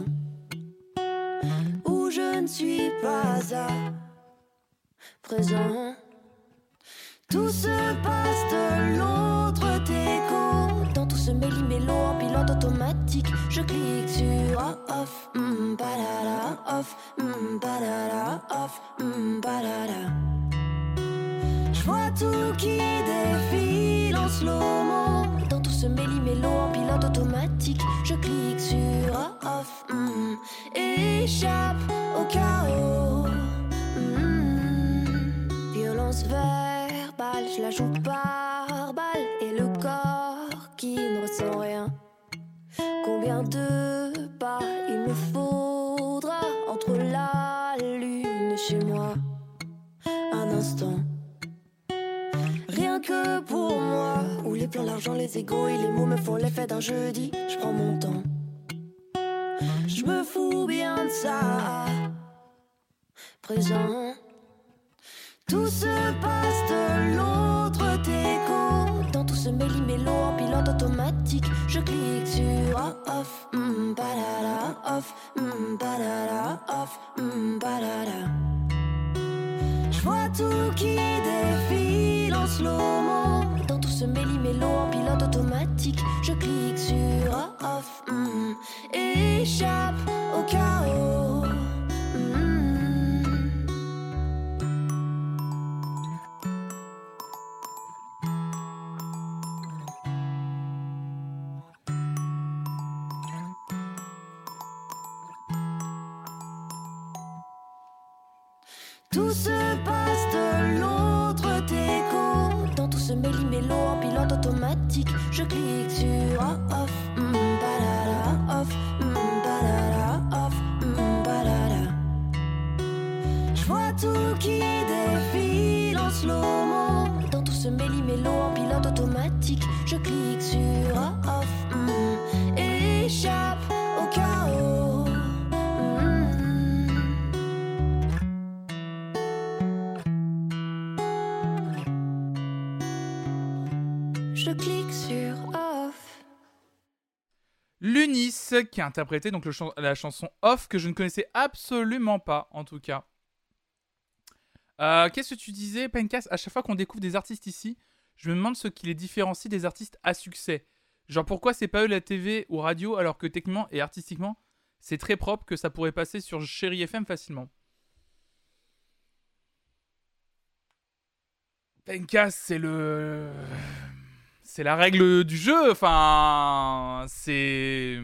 Où je ne suis pas à présent. Tout se passe de l'autre déco. Dans tout ce méli-mélo en pilote automatique, je clique sur off, badada, off, badada, off, badada. Je vois tout qui défile en slow-mo. Dans tout ce méli-mélo en pilote automatique, je clique sur off, échappe au chaos. Violence verbale, je la joue par balle. Et le corps qui ne ressent rien. Combien de pas il me faudra entre la lune et chez moi. Un instant, rien que pour moi, où les plans, l'argent, les égos et les mots me font l'effet d'un jeudi. Je prends mon temps, je me fous bien de ça. Présent, tout se passe de l'autre déco. Dans tout ce méli-mélo en pilote automatique, je clique sur off, badada, off, badada, off, badada. Je vois tout qui défile en slow-mo. Dans tout ce méli-mélo en pilote automatique. Je clique sur off, échappe au chaos. Tout se passe de l'autre déco. Dans tout ce méli-mélo en pilote automatique. Je clique sur off, balala, off, balala, off, balala. Je vois tout qui défile en slow-mo. Dans tout ce méli-mélo en pilote automatique. Je clique sur off, échappe au chaos. Je clique sur off. Lunis qui a interprété donc la chanson Off que je ne connaissais absolument pas en tout cas. Qu'est-ce que tu disais, Pencas? À chaque fois qu'on découvre des artistes ici, je me demande ce qui les différencie des artistes à succès. Genre pourquoi c'est pas eux la TV ou radio alors que techniquement et artistiquement c'est très propre que ça pourrait passer sur Chéri FM facilement. Pencas, c'est la règle du jeu, enfin, c'est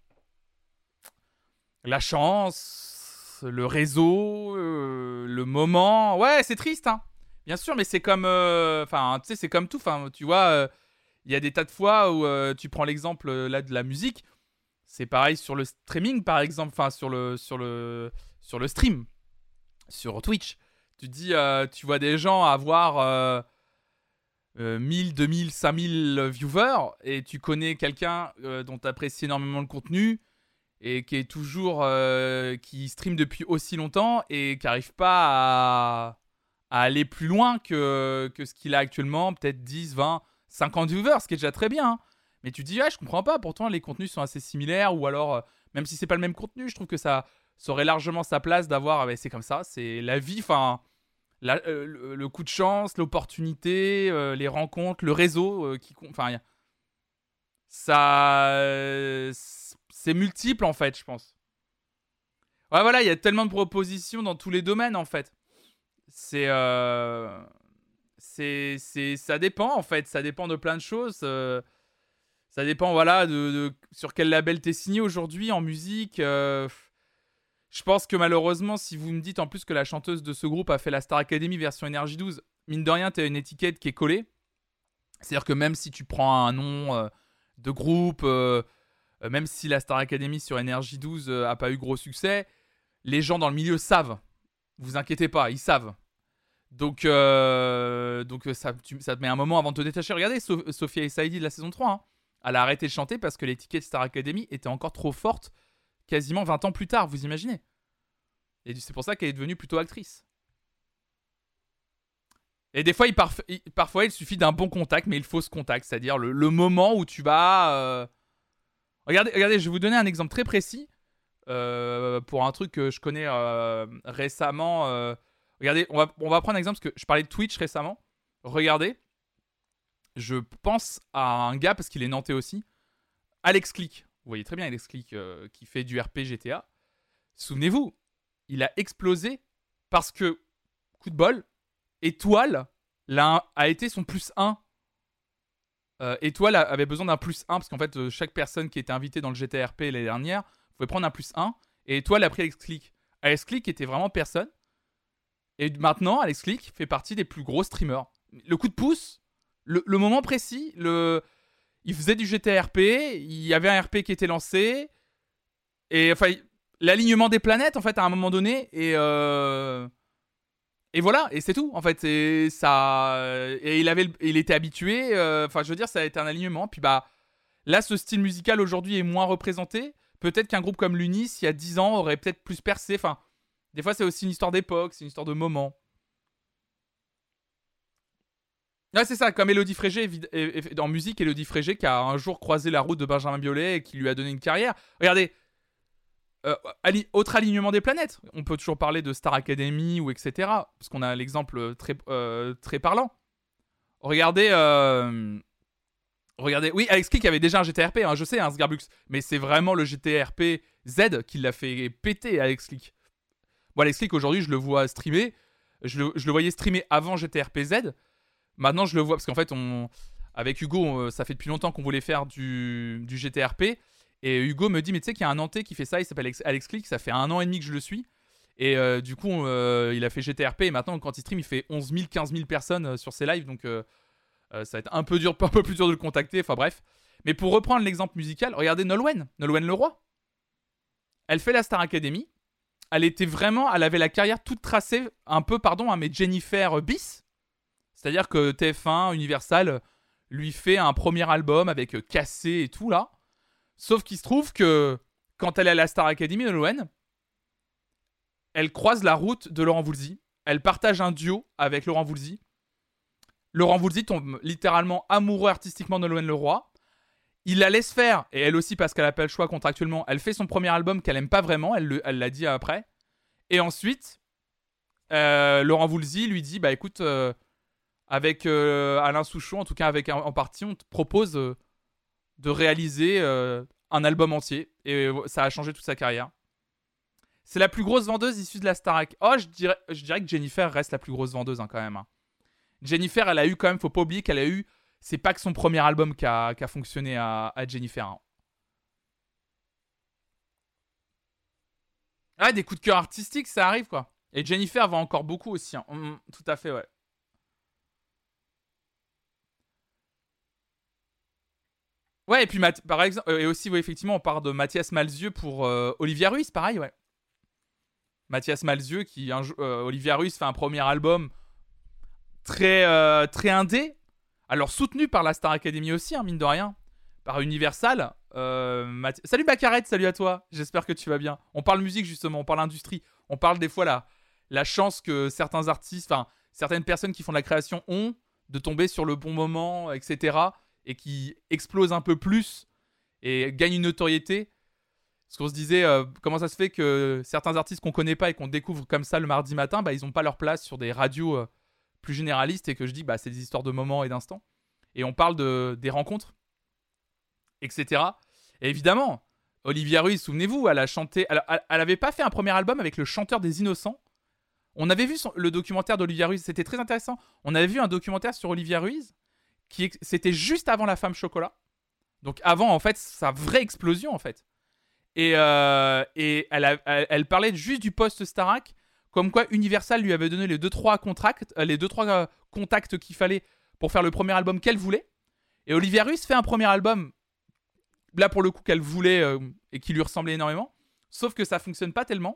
la chance, le réseau, le moment. Ouais, c'est triste, hein. Bien sûr, mais c'est comme, enfin, tu sais, c'est comme tout. Enfin, tu vois, il y a des tas de fois où tu prends l'exemple là de la musique. C'est pareil sur le streaming, par exemple, enfin sur le stream, sur Twitch. Tu dis, tu vois des gens avoir 1000, 2000, 5000 viewers et tu connais quelqu'un dont tu apprécies énormément le contenu et qui est toujours qui stream depuis aussi longtemps et qui n'arrive pas à aller plus loin que ce qu'il a actuellement, peut-être 10, 20, 50 viewers, ce qui est déjà très bien, hein. Mais tu te dis, je comprends pas, pourtant les contenus sont assez similaires, ou alors, même si c'est pas le même contenu, je trouve que ça aurait largement sa place d'avoir, c'est comme ça, c'est la vie, enfin, le coup de chance, l'opportunité, les rencontres, le réseau, enfin, ça, c'est multiple en fait, je pense. Ouais, voilà, il y a tellement de propositions dans tous les domaines en fait. Ça dépend en fait, ça dépend de plein de choses. Ça dépend, voilà, de sur quel label t'es signé aujourd'hui en musique. Je pense que malheureusement, si vous me dites en plus que la chanteuse de ce groupe a fait la Star Academy version Energy 12, mine de rien, t'as une étiquette qui est collée. C'est-à-dire que même si tu prends un nom de groupe, même si la Star Academy sur Energy 12 a pas eu gros succès, les gens dans le milieu savent. Vous inquiétez pas, ils savent. Donc ça te met un moment avant de te détacher. Regardez Sophia et Saïdi de la saison 3. Hein. Elle a arrêté de chanter parce que l'étiquette Star Academy était encore trop forte quasiment 20 ans plus tard, vous imaginez. Et c'est pour ça qu'elle est devenue plutôt actrice. Et des fois, parfois, il suffit d'un bon contact, mais il faut ce contact, c'est-à-dire le moment où tu vas... Regardez, je vais vous donner un exemple très précis pour un truc que je connais récemment. Regardez, on va prendre un exemple parce que je parlais de Twitch récemment. Regardez, je pense à un gars parce qu'il est nantais aussi, Alex Click. Vous voyez très bien Alex Click qui fait du RP GTA. Souvenez-vous, il a explosé parce que, coup de bol, Étoile a été son plus 1. Étoile avait besoin d'un plus 1 parce qu'en fait, chaque personne qui était invitée dans le GTA RP l'année dernière pouvait prendre un plus 1. Et Étoile a pris Alex Click. Alex Click était vraiment personne. Et maintenant, Alex Click fait partie des plus gros streamers. Le coup de pouce, le moment précis, il faisait du GTA RP, il y avait un RP qui était lancé, et enfin, l'alignement des planètes, en fait, à un moment donné, et voilà, et c'est tout, en fait, et il était habitué, enfin, je veux dire, ça a été un alignement, puis bah, là, ce style musical aujourd'hui est moins représenté, peut-être qu'un groupe comme Lunis, il y a 10 ans, aurait peut-être plus percé, enfin, des fois, c'est aussi une histoire d'époque, c'est une histoire de moment. Ouais, c'est ça, comme Élodie Frégé, en musique, Élodie Frégé qui a un jour croisé la route de Benjamin Biolay et qui lui a donné une carrière. Regardez, autre alignement des planètes. On peut toujours parler de Star Academy ou etc. Parce qu'on a l'exemple très parlant. Regardez, oui, Alex Click avait déjà un GTRP, hein, je sais, hein, Sgarbux, mais c'est vraiment le GTRP Z qui l'a fait péter, Alex Click. Bon, Alex Click, aujourd'hui, je le vois streamer. Je le voyais streamer avant GTRP Z. Maintenant, je le vois, parce qu'en fait, avec Hugo, ça fait depuis longtemps qu'on voulait faire du GTRP. Et Hugo me dit, mais tu sais qu'il y a un Nantais qui fait ça, il s'appelle Alex Click, ça fait 1 an et demi que je le suis. Et du coup, il a fait GTRP, et maintenant, quand il stream, il fait 11 000, 15 000 personnes sur ses lives, donc ça va être un peu plus dur de le contacter, enfin bref. Mais pour reprendre l'exemple musical, regardez Nolwenn Leroy. Elle fait la Star Academy. Elle avait la carrière toute tracée, un peu, mais Jennifer bis. C'est-à-dire que TF1, Universal, lui fait un premier album avec Cassé et tout, là. Sauf qu'il se trouve que, quand elle est à la Star Academy, Nolwenn, elle croise la route de Laurent Voulzy. Elle partage un duo avec Laurent Voulzy. Laurent Voulzy tombe littéralement amoureux artistiquement de Nolwenn Leroy. Il la laisse faire, et elle aussi, parce qu'elle n'a pas le choix contractuellement, elle fait son premier album qu'elle aime pas vraiment, elle l'a dit après. Et ensuite, Laurent Voulzy lui dit, bah écoute, avec Alain Souchon, en tout cas en partie, on te propose de réaliser un album entier. Et ça a changé toute sa carrière. C'est la plus grosse vendeuse issue de la Starac. Oh, je dirais que Jennifer reste la plus grosse vendeuse, hein, quand même. Hein. Jennifer, elle a eu quand même, faut pas oublier qu'elle a eu... C'est pas que son premier album qui a fonctionné à Jennifer. Hein. Ah, des coups de cœur artistiques, ça arrive, quoi. Et Jennifer va encore beaucoup aussi. Hein. Tout à fait, ouais. Ouais, et puis, par exemple, et aussi, ouais, effectivement, on parle de Mathias Malzieu pour Olivia Ruiz, pareil, ouais. Mathias Malzieu, Olivia Ruiz fait un premier album très indé. Alors soutenu par la Star Academy aussi, hein, mine de rien, par Universal. Salut Bacarette, salut à toi, j'espère que tu vas bien. On parle musique justement, on parle industrie, on parle des fois la chance que certains artistes, enfin certaines personnes qui font de la création ont de tomber sur le bon moment, etc. Et qui explosent un peu plus et gagnent une notoriété. Parce qu'on se disait, comment ça se fait que certains artistes qu'on connaît pas et qu'on découvre comme ça le mardi matin, bah, ils n'ont pas leur place sur des radios... plus généraliste, et que je dis c'est des histoires de moments et d'instants, et on parle des rencontres, etc. Et évidemment Olivia Ruiz, souvenez-vous, elle a chanté, elle avait pas fait un premier album avec le chanteur des Innocents. On avait vu le documentaire d'Olivia Ruiz, c'était très intéressant. On avait vu un documentaire sur Olivia Ruiz c'était juste avant La Femme Chocolat, donc avant en fait sa vraie explosion en fait, et elle parlait juste du post-Starac. Comme quoi, Universal lui avait donné les 2-3 contacts qu'il fallait pour faire le premier album qu'elle voulait. Et Olivia Ruiz fait un premier album, là pour le coup, qu'elle voulait et qui lui ressemblait énormément. Sauf que ça fonctionne pas tellement.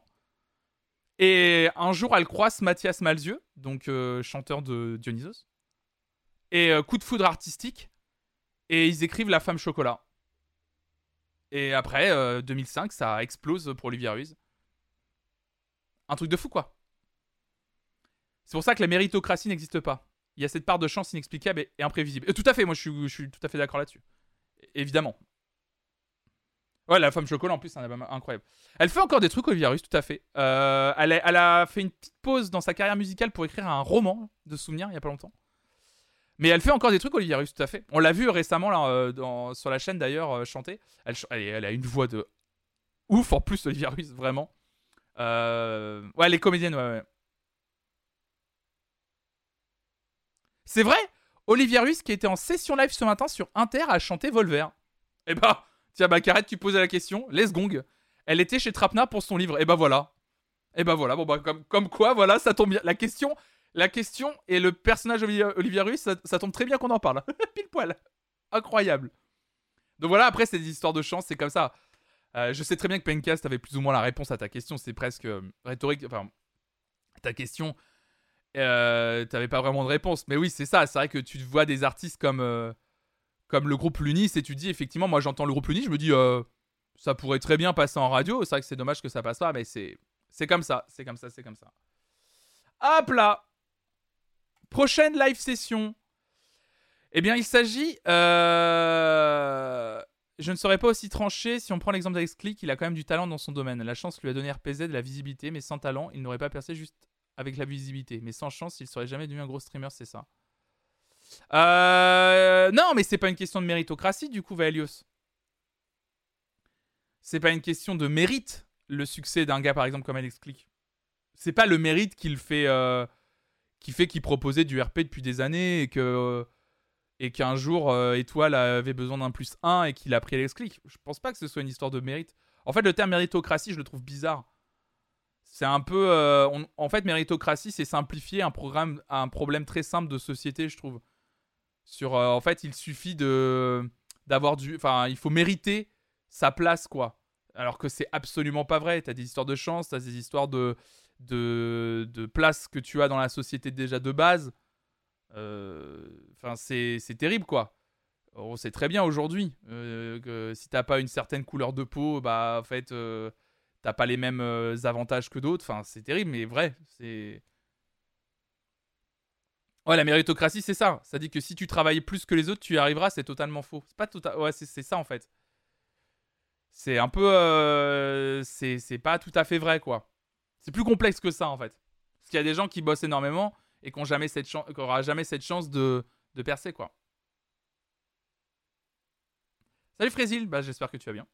Et un jour, elle croise Mathias Malzieu, donc chanteur de Dionysos. Et coup de foudre artistique. Et ils écrivent La Femme Chocolat. Et après, 2005, ça explose pour Olivia Ruiz. Un truc de fou, quoi. C'est pour ça que la méritocratie n'existe pas. Il y a cette part de chance inexplicable et imprévisible. Tout à fait, moi je suis tout à fait d'accord là-dessus. Évidemment. Ouais, La Femme Chocolat, en plus, c'est un album incroyable. Elle fait encore des trucs, Olivia Ruiz, tout à fait. Elle a fait une petite pause dans sa carrière musicale pour écrire un roman de souvenirs, il y a pas longtemps. Mais elle fait encore des trucs, Olivia Ruiz, tout à fait. On l'a vu récemment, là, sur la chaîne, d'ailleurs, chanter. Elle a une voix de ouf, en plus, Olivia Ruiz, vraiment. Ouais, les comédiennes, ouais. C'est vrai, Olivia Ruiz qui était en session live ce matin sur Inter a chanté Volver. Et bah, tiens, Carrette, tu posais la question, Les Gong. Elle était chez Trapna pour son livre, et bah voilà. Bon bah, comme quoi, voilà, ça tombe bien. La question et le personnage Olivia Ruiz, ça tombe très bien qu'on en parle. Pile poil. Incroyable. Donc voilà, après, c'est des histoires de chance, c'est comme ça. Je sais très bien que Pencast avait plus ou moins la réponse à ta question, c'est presque rhétorique. Enfin, ta question, t'avais pas vraiment de réponse. Mais oui, c'est ça, c'est vrai que tu vois des artistes comme le groupe Lunis et tu dis, effectivement, moi j'entends le groupe Lunis, je me dis, ça pourrait très bien passer en radio. C'est vrai que c'est dommage que ça passe pas, mais c'est comme ça, c'est comme ça. Hop là. Prochaine live session. Eh bien, il s'agit... Je ne serais pas aussi tranché si on prend l'exemple d'Alex Click, il a quand même du talent dans son domaine. La chance lui a donné RPZ de la visibilité, mais sans talent, il n'aurait pas percé juste avec la visibilité. Mais sans chance, il ne serait jamais devenu un gros streamer, c'est ça. Non, mais c'est pas une question de méritocratie, du coup, Vaelios. C'est pas une question de mérite, le succès d'un gars, par exemple, comme Alex Click. C'est pas le mérite qu'il fait, qu'il proposait du RP depuis des années et qu'un jour, Étoile avait besoin d'un +1 et qu'il a pris Alex Click. Je pense pas que ce soit une histoire de mérite. En fait, le terme méritocratie, je le trouve bizarre. C'est un peu... en fait, méritocratie, c'est simplifier un problème très simple de société, je trouve. En fait, il suffit d'avoir du... Enfin, il faut mériter sa place, quoi. Alors que c'est absolument pas vrai. T'as des histoires de chance, t'as des histoires de place que tu as dans la société déjà de base. Enfin, c'est terrible, quoi. On sait très bien aujourd'hui que si t'as pas une certaine couleur de peau, bah, en fait... t'as pas les mêmes avantages que d'autres. Enfin, c'est terrible, mais vrai. Ouais, la méritocratie, c'est ça. Ça dit que si tu travailles plus que les autres, tu y arriveras. C'est totalement faux. C'est pas ouais, c'est ça, en fait. C'est un peu... c'est pas tout à fait vrai, quoi. C'est plus complexe que ça, en fait. Parce qu'il y a des gens qui bossent énormément et qui n'auront jamais cette chance de percer, quoi. Salut Frésil, bah, j'espère que tu vas bien.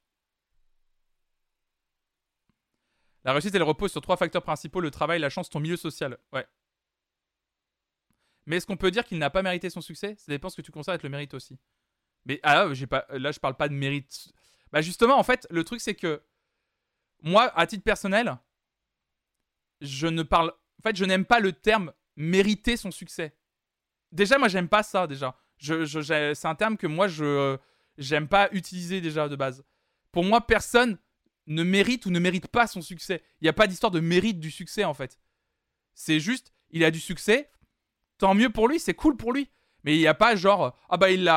La réussite, elle repose sur 3 facteurs principaux: le travail, la chance, ton milieu social. Ouais. Mais est-ce qu'on peut dire qu'il n'a pas mérité son succès? Ça dépend ce que tu considères être le mérite aussi. Mais là, je parle pas de mérite. Bah justement, en fait, le truc, c'est que moi, à titre personnel, je n'aime pas le terme mériter son succès. Déjà, moi, j'aime pas ça, déjà. C'est un terme que moi, j'aime pas utiliser déjà de base. Pour moi, personne ne mérite ou ne mérite pas son succès. Il n'y a pas d'histoire de mérite du succès, en fait. C'est juste, il a du succès, tant mieux pour lui, c'est cool pour lui. Mais il n'y a pas genre, ah bah il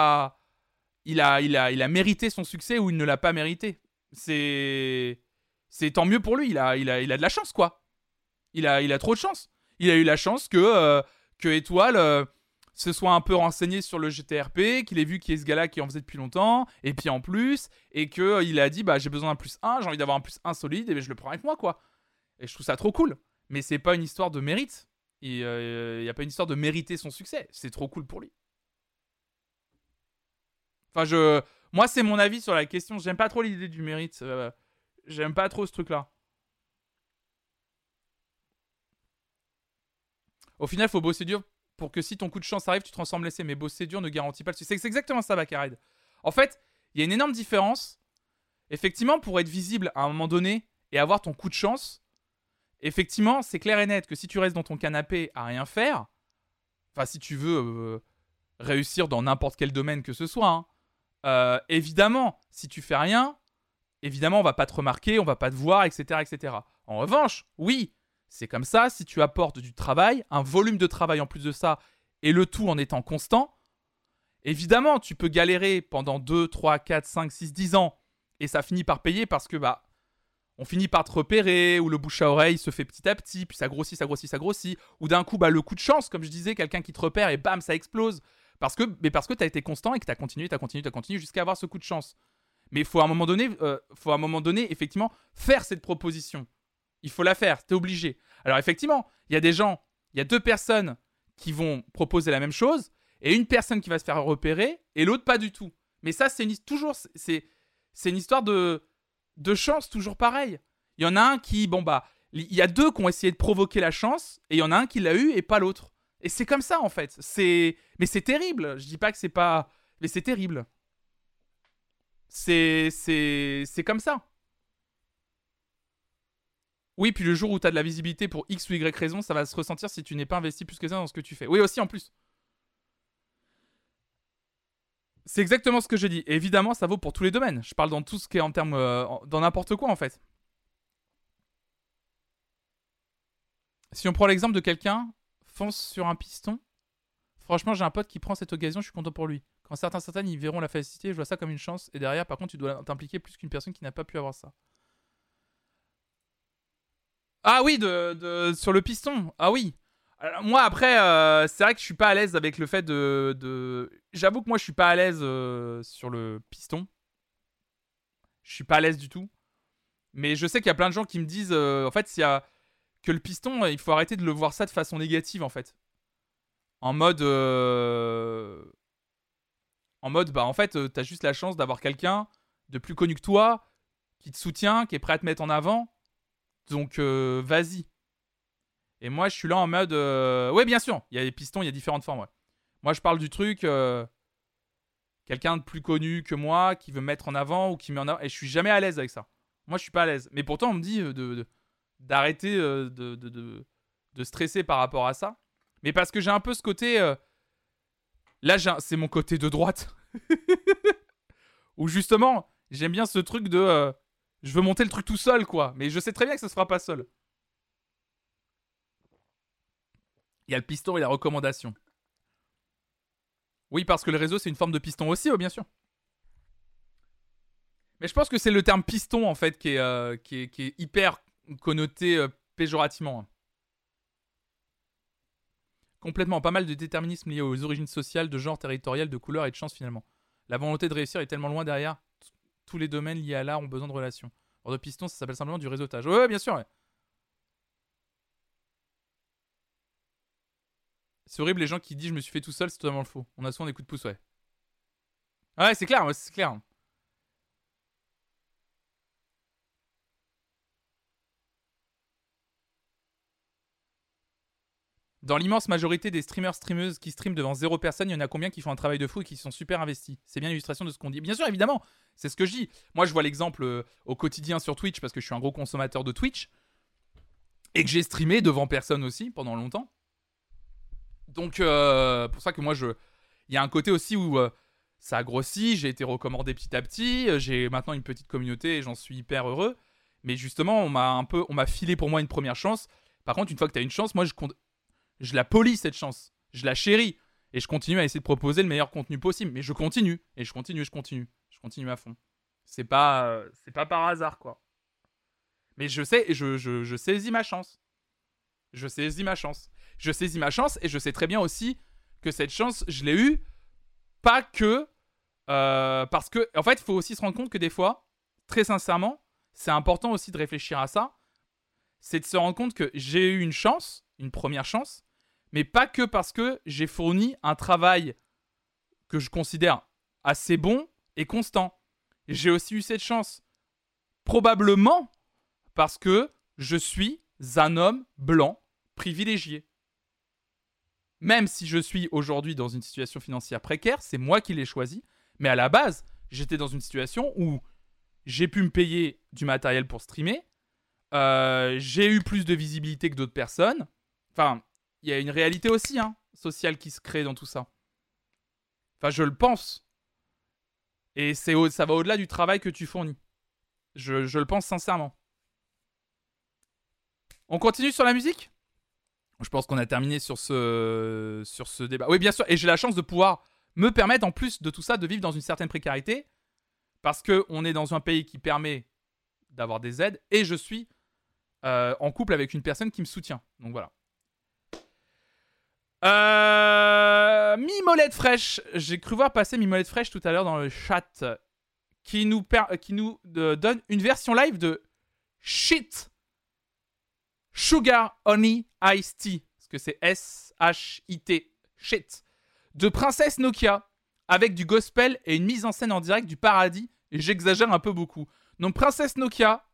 a mérité son succès ou il ne l'a pas mérité. C'est tant mieux pour lui, il a de la chance, quoi. Il a trop de chance. Il a eu la chance que Étoile se soit un peu renseigné sur le GTRP, qu'il ait vu qu'il y a ce gars-là qui en faisait depuis longtemps, et puis en plus, et qu'il a dit, bah j'ai besoin d'un +1, j'ai envie d'avoir un +1 solide, et je le prends avec moi, quoi. Et je trouve ça trop cool. Mais c'est pas une histoire de mérite. Il n'y a pas une histoire de mériter son succès. C'est trop cool pour lui. Enfin, moi, c'est mon avis sur la question. J'aime pas trop l'idée du mérite. J'aime pas trop ce truc-là. Au final, faut bosser dur pour que si ton coup de chance arrive, tu transformes l'essai. Mais bosser dur ne garantit pas le succès. C'est exactement ça, Baccared. En fait, il y a une énorme différence. Effectivement, pour être visible à un moment donné et avoir ton coup de chance, effectivement, c'est clair et net que si tu restes dans ton canapé à rien faire, enfin, si tu veux réussir dans n'importe quel domaine que ce soit, hein, évidemment, si tu fais rien, évidemment, on va pas te remarquer, on va pas te voir, etc., etc. En revanche, oui, c'est comme ça, si tu apportes du travail, un volume de travail en plus de ça, et le tout en étant constant, évidemment, tu peux galérer pendant 2, 3, 4, 5, 6, 10 ans, et ça finit par payer parce que, bah, on finit par te repérer, ou le bouche à oreille se fait petit à petit, puis ça grossit, ça grossit, ça grossit, ou d'un coup, bah, le coup de chance, comme je disais, quelqu'un qui te repère, et bam, ça explose, parce que tu as été constant, et que tu as continué, jusqu'à avoir ce coup de chance. Mais il faut à un moment donné, effectivement, faire cette proposition. Il faut la faire, t'es obligé. Alors effectivement, il y a des gens, il y a 2 personnes qui vont proposer la même chose, et une personne qui va se faire repérer, et l'autre pas du tout. Mais ça, c'est une histoire de chance, toujours pareil. Il y en a un qui, bon bah, il y a 2 qui ont essayé de provoquer la chance, et il y en a un qui l'a eu et pas l'autre. Et c'est comme ça, en fait. Mais c'est terrible. Je dis pas que c'est pas... Mais c'est terrible. C'est comme ça. Oui, puis le jour où tu as de la visibilité pour X ou Y raison, ça va se ressentir si tu n'es pas investi plus que ça dans ce que tu fais. Oui, aussi, en plus. C'est exactement ce que je dis. Et évidemment, ça vaut pour tous les domaines. Je parle dans tout ce qui est en termes... dans n'importe quoi, en fait. Si on prend l'exemple de quelqu'un, fonce sur un piston. Franchement, j'ai un pote qui prend cette occasion, je suis content pour lui. Quand certaines, ils verront la facilité, je vois ça comme une chance. Et derrière, par contre, tu dois t'impliquer plus qu'une personne qui n'a pas pu avoir ça. Ah oui, sur le piston. Ah oui. Alors, moi, après, c'est vrai que je suis pas à l'aise avec le fait de... J'avoue que moi, je suis pas à l'aise sur le piston. Je suis pas à l'aise du tout. Mais je sais qu'il y a plein de gens qui me disent... en fait, que le piston, il faut arrêter de le voir ça de façon négative, en fait. En mode, bah en fait, t'as juste la chance d'avoir quelqu'un de plus connu que toi, qui te soutient, qui est prêt à te mettre en avant. Donc, vas-y. Et moi, je suis là en mode... Ouais, bien sûr, il y a des pistons, il y a différentes formes, ouais. Moi, je parle du truc... quelqu'un de plus connu que moi, qui veut me mettre en avant, ou qui met en avant... Et je suis jamais à l'aise avec ça. Moi, je suis pas à l'aise. Mais pourtant, on me dit d'arrêter de stresser par rapport à ça. Mais parce que j'ai un peu ce côté... Là, c'est mon côté de droite. Où justement, j'aime bien ce truc de... je veux monter le truc tout seul, quoi. Mais je sais très bien que ça se fera pas seul. Il y a le piston et la recommandation. Oui, parce que le réseau, c'est une forme de piston aussi, bien sûr. Mais je pense que c'est le terme piston, en fait, qui est hyper connoté péjorativement. Complètement. Pas mal de déterminisme lié aux origines sociales, de genre territorial, de couleur et de chance, finalement. La volonté de réussir est tellement loin derrière. Tous les domaines liés à l'art ont besoin de relations. Or de piston, ça s'appelle simplement du réseautage. Ouais, bien sûr, ouais. C'est horrible, les gens qui disent je me suis fait tout seul, c'est totalement faux. On a souvent des coups de pouce, ouais. Ouais, c'est clair, ouais, c'est clair. Dans l'immense majorité des streameuses qui streament devant 0 personne, il y en a combien qui font un travail de fou et qui sont super investis? C'est bien l'illustration de ce qu'on dit. Bien sûr, évidemment, c'est ce que je dis. Moi, je vois l'exemple au quotidien sur Twitch parce que je suis un gros consommateur de Twitch et que j'ai streamé devant personne aussi pendant longtemps. Donc, pour ça que moi, il y a un côté aussi où ça a grossi, j'ai été recommandé petit à petit, j'ai maintenant une petite communauté et j'en suis hyper heureux. Mais justement, on m'a filé pour moi une première chance. Par contre, une fois que tu as une chance, moi, je la polis cette chance, je la chéris et je continue à essayer de proposer le meilleur contenu possible. Mais je continue et je continue à fond. C'est pas par hasard, quoi. Mais je saisis ma chance. Je saisis ma chance et je sais très bien aussi que cette chance, je l'ai eue pas que parce que, en fait, il faut aussi se rendre compte que des fois, très sincèrement, c'est important aussi de réfléchir à ça. C'est de se rendre compte que j'ai eu une chance, une première chance, mais pas que parce que j'ai fourni un travail que je considère assez bon et constant. J'ai aussi eu cette chance, probablement parce que je suis un homme blanc privilégié. Même si je suis aujourd'hui dans une situation financière précaire, c'est moi qui l'ai choisi. Mais à la base, j'étais dans une situation où j'ai pu me payer du matériel pour streamer. J'ai eu plus de visibilité que d'autres personnes. Enfin, il y a une réalité aussi sociale qui se crée dans tout ça. Enfin, je le pense. Et ça va au-delà du travail que tu fournis. Je le pense sincèrement. On continue sur la musique ? Je pense qu'on a terminé sur ce débat. Oui, bien sûr. Et j'ai la chance de pouvoir me permettre, en plus de tout ça, de vivre dans une certaine précarité. Parce qu'on est dans un pays qui permet d'avoir des aides. Et je suis en couple avec une personne qui me soutient. Donc voilà. Mimolette fraîche. J'ai cru voir passer Mimolette fraîche tout à l'heure dans le chat. Qui nous donne une version live de Shit Sugar Honey Iced Tea, parce que c'est S-H-I-T, shit, de Princesse Nokia, avec du gospel et une mise en scène en direct du paradis, et j'exagère un peu beaucoup. Donc Princesse Nokia,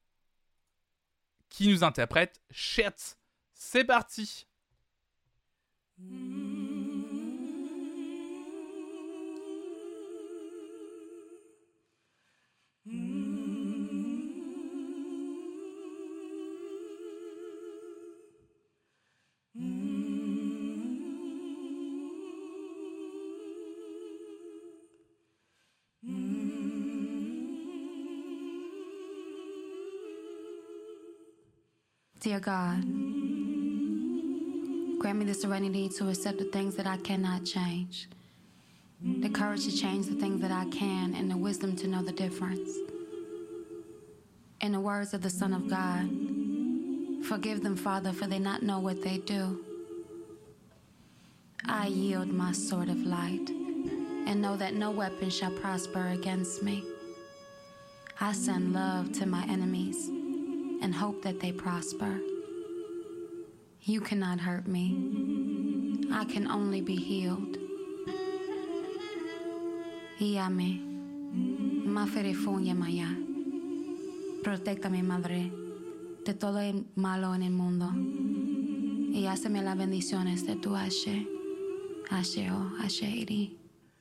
qui nous interprète Shit. C'est parti. Dear God, grant me the serenity to accept the things that I cannot change, the courage to change the things that I can, and the wisdom to know the difference. In the words of the Son of God, forgive them, Father, for they not know what they do. I yield my sword of light and know that no weapon shall prosper against me. I send love to my enemies and hope that they prosper. You cannot hurt me. I can only be healed. Guíame, maferifunya maya. Protéctame, madre, de todo el malo en el mundo. Y háceme las bendiciones de tu Ashe. Ashe o Ashe iri.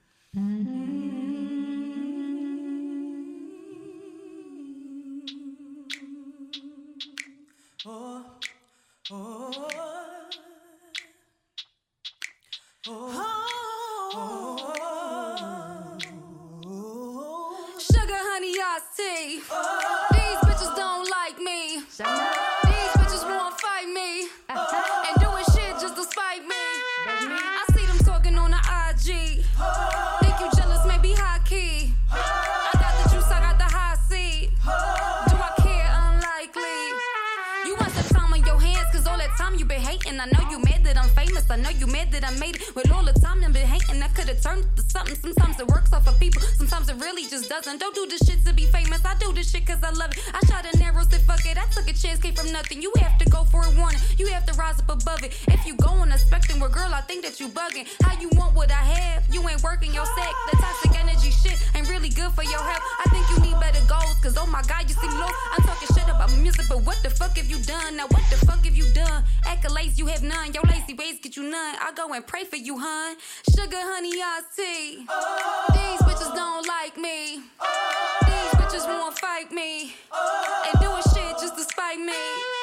Sugar, honey, iced tea. These bitches don't like me. These bitches wanna fight me. And doing shit just to spite me. I see them talking on the IG. Think you jealous, maybe high key. I got the juice, I got the high seat. Do I care? Unlikely. You want some time on your hands, cause all that time you been hating. I know you mad that I'm famous. I know you mad that I made it. With all the time you been hating, I could've turned it to something. Sometimes it works off of people, sometimes it really just doesn't. Don't do this shit to be famous. I do this shit cause I love it. I shot an arrow, said fuck it. I took a chance, came from nothing. You have to go for a warning. You have to rise up above it. If you go on a spectrum, well, girl, I think that you bugging. How you want what I have? You ain't working your sack. The toxic energy shit ain't really good for your health. I think you need better goals, cause oh my god, you seem low. I'm talking shit about music, but what the fuck have you done? Now what the fuck have you done? Accolades, you have none. Your lazy ways get you none. I go and pray for you, hun. Sugar, honey, iced tea. These bitches don't like me. These bitches wanna fight me. And doing shit just to spite me.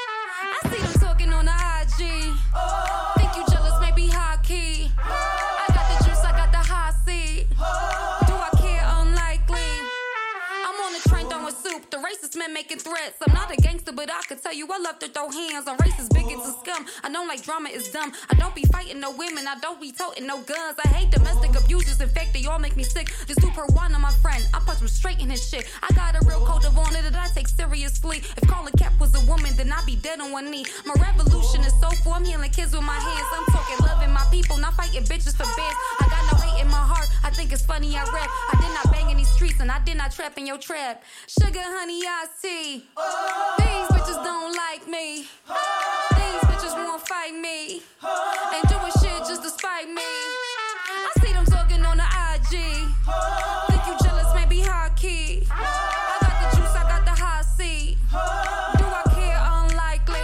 I see them talking on the IG. Think you jealous, maybe high key. I got the juice, I got the high seat. Do I care? Unlikely. I'm on the train throwing soup. The racist men making threats. I'm not a gangster, but I could tell you I love to throw hands on racist bigots and scum. I don't like drama, it's dumb. I don't be fighting no women, I don't be toting no guns. I hate domestic abusers, in fact, they all make me sick. This super one on my friend, I punch him straight in his shit. I got a real code of honor that I take seriously. If Colin Cap was a woman, then I'd be dead on one knee. My revolution is so full, I'm healing kids with my hands. I'm talking loving my people, not fighting bitches for beds. I got no hate in my heart, I think it's funny I rap. I did not bang in these streets and I did not trap in your trap. Sugar, honey, iced tea. These bitches don't like me. These bitches wanna fight me. And doing shit just to spite me. I see them talking on the IG. Think you jealous, maybe high key. I got the juice, I got the high seat. Do I care? Unlikely.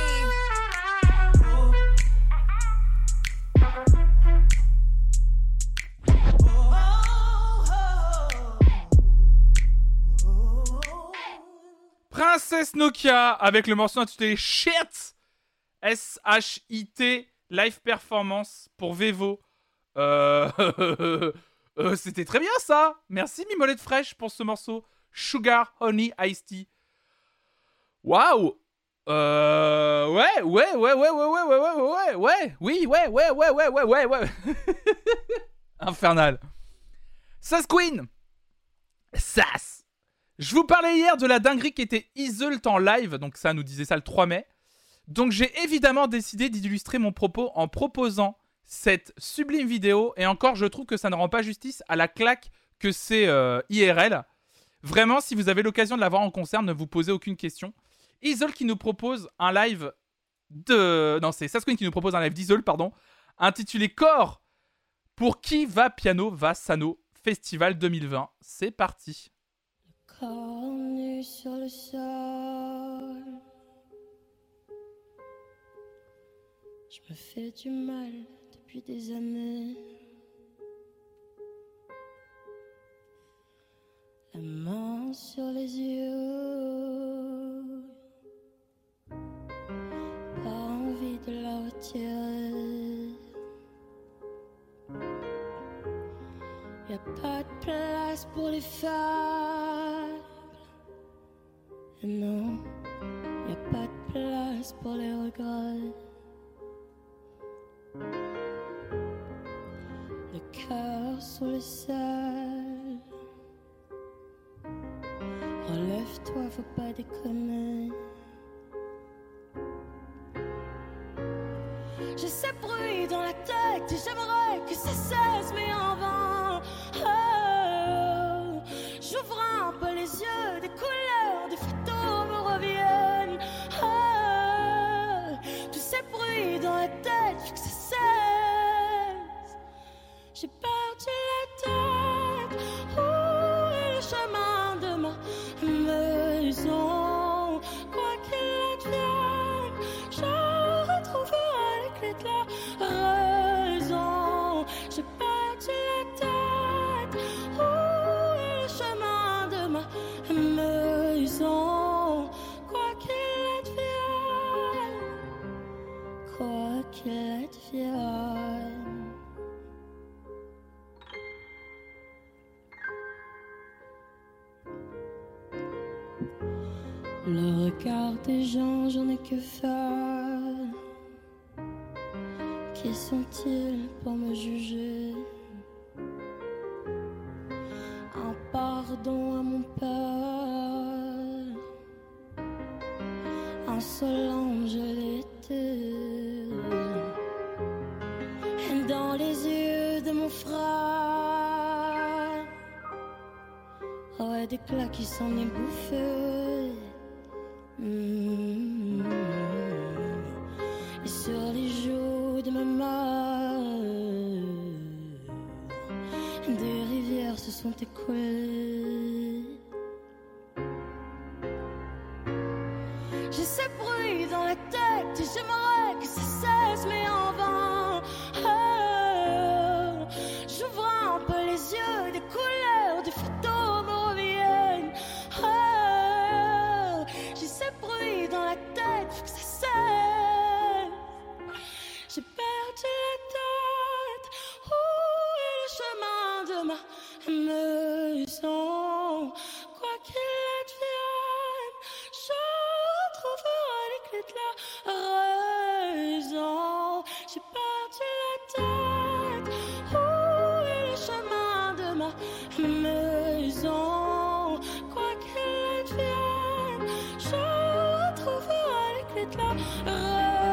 Princesse Nokia avec le morceau intitulé Shit, S-H-I-T, live performance pour Vevo. C'était très bien ça. Merci Mimolette Fraîche pour ce morceau. Sugar Honey Iced Tea. Waouh. Ouais. Infernal. Sass Queen. Sass. Je vous parlais hier de la dinguerie qui était Iseult en live, donc ça nous disait ça le 3 mai. Donc j'ai évidemment décidé d'illustrer mon propos en proposant cette sublime vidéo. Et encore, je trouve que ça ne rend pas justice à la claque que c'est IRL. Vraiment, si vous avez l'occasion de la voir en concert, ne vous posez aucune question. Iseult qui nous propose un live de... Non, c'est Sass Queen qui nous propose un live d'Iseult, pardon, intitulé Corps pour qui va piano va Sano Festival 2020. C'est parti. Corps nu sur le sol, je me fais du mal depuis des années. La main sur les yeux, pas envie de la retirer. Y'a pas de place pour les faibles. Et non, y'a pas de place pour les regrets. Le cœur sous le sel. Relève-toi, faut pas déconner. J'ai ce bruit dans la tête et j'aimerais que ça cesse, mais en vain. Oh, j'ouvre un peu les yeux, des couleurs, des photos me reviennent. Oh, tous ces bruits dans la tête, faut que ça cesse. qu'il advienne. Le regard des gens, j'en ai que faire. Qui sont-ils pour me juger? Un pardon à mon père, insolent je l'étais. Et dans les yeux de mon frère, ouais, d'éclat qui s'en est bouffé. Et sur les joues de ma mère, des rivières se sont écoulées. J'ai ces bruits dans la tête et j'aimerais que ça cesse, mais en vain. J'ouvre un peu les yeux, des couleurs, des photos me reviennent. J'ai ces bruits dans la tête, faut que ça cesse. J'ai perdu la tête. Où est le chemin de ma maison? Quoi qu'il advienne, je retrouverai les clés de la raison. J'ai perdu la tête. Où est le chemin de ma maison? Quoi qu'il advienne, je retrouverai les clés de la raison.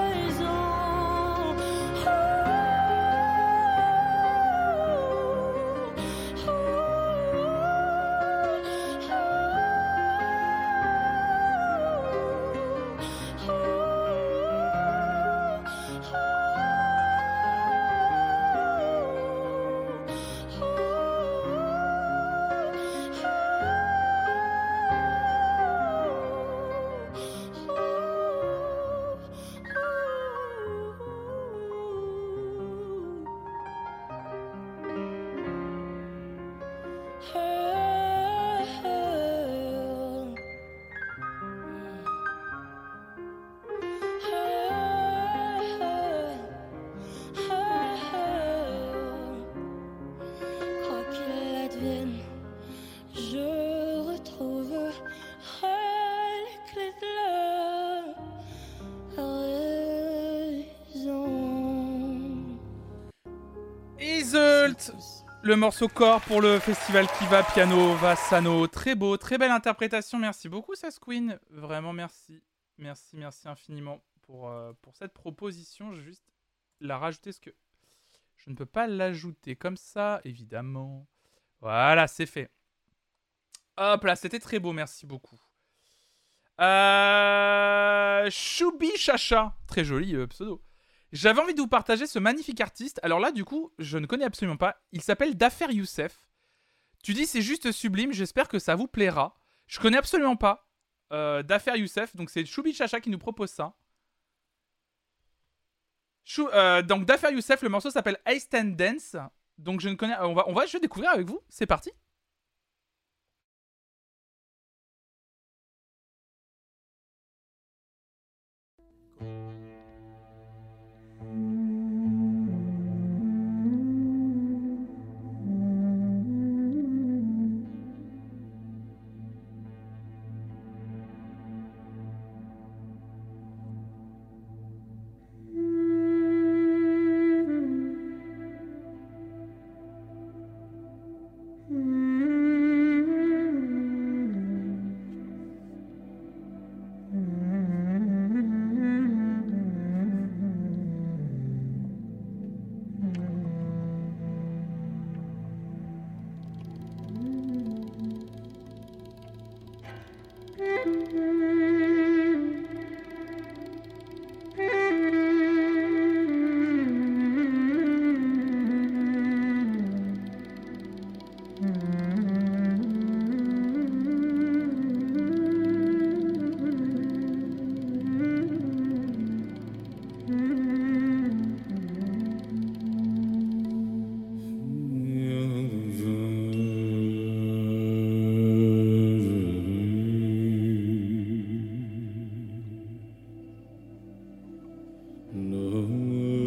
Quoi qu'il advienne, je retrouverai les clés de la raison. Isolt, le morceau corps pour le festival Kiva Piano Vassano. Très beau, très belle interprétation. Merci beaucoup, Sasqueen. Vraiment, merci. Merci infiniment pour cette proposition. Je vais juste la rajouter parce que je ne peux pas l'ajouter comme ça, évidemment. Voilà, c'est fait. Hop là, c'était très beau. Merci beaucoup. Choubi Chacha. Très joli pseudo. J'avais envie de vous partager ce magnifique artiste. Alors là, du coup, je ne connais absolument pas. Il s'appelle Dafer Youssef. Tu dis c'est juste sublime. J'espère que ça vous plaira. Je connais absolument pas Dafer Youssef. Donc c'est Choubi Chacha qui nous propose ça. Donc Dafer Youssef, le morceau s'appelle Ice and Dance. Donc je ne connais. Je vais découvrir avec vous. C'est parti. No.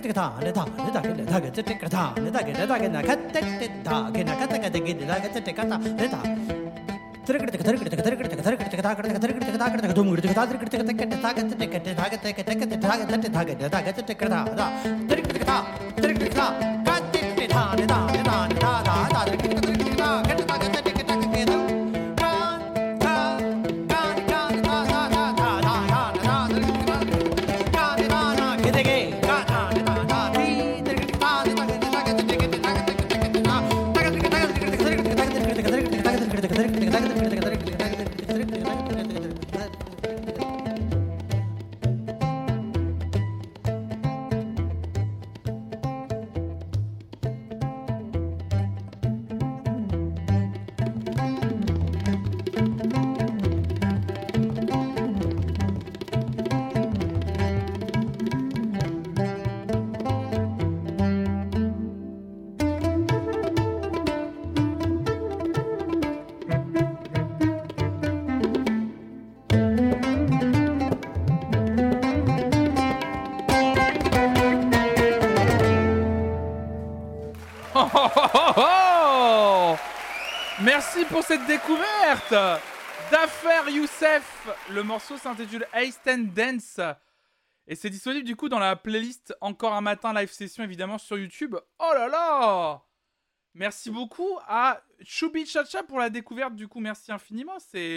Merci pour cette découverte d'Affaire Youssef. Le morceau s'intitule East End Dance et c'est disponible du coup dans la playlist Encore un matin live session évidemment sur YouTube. Oh là là! Merci beaucoup à Choubi Chacha pour la découverte du coup. Merci infiniment.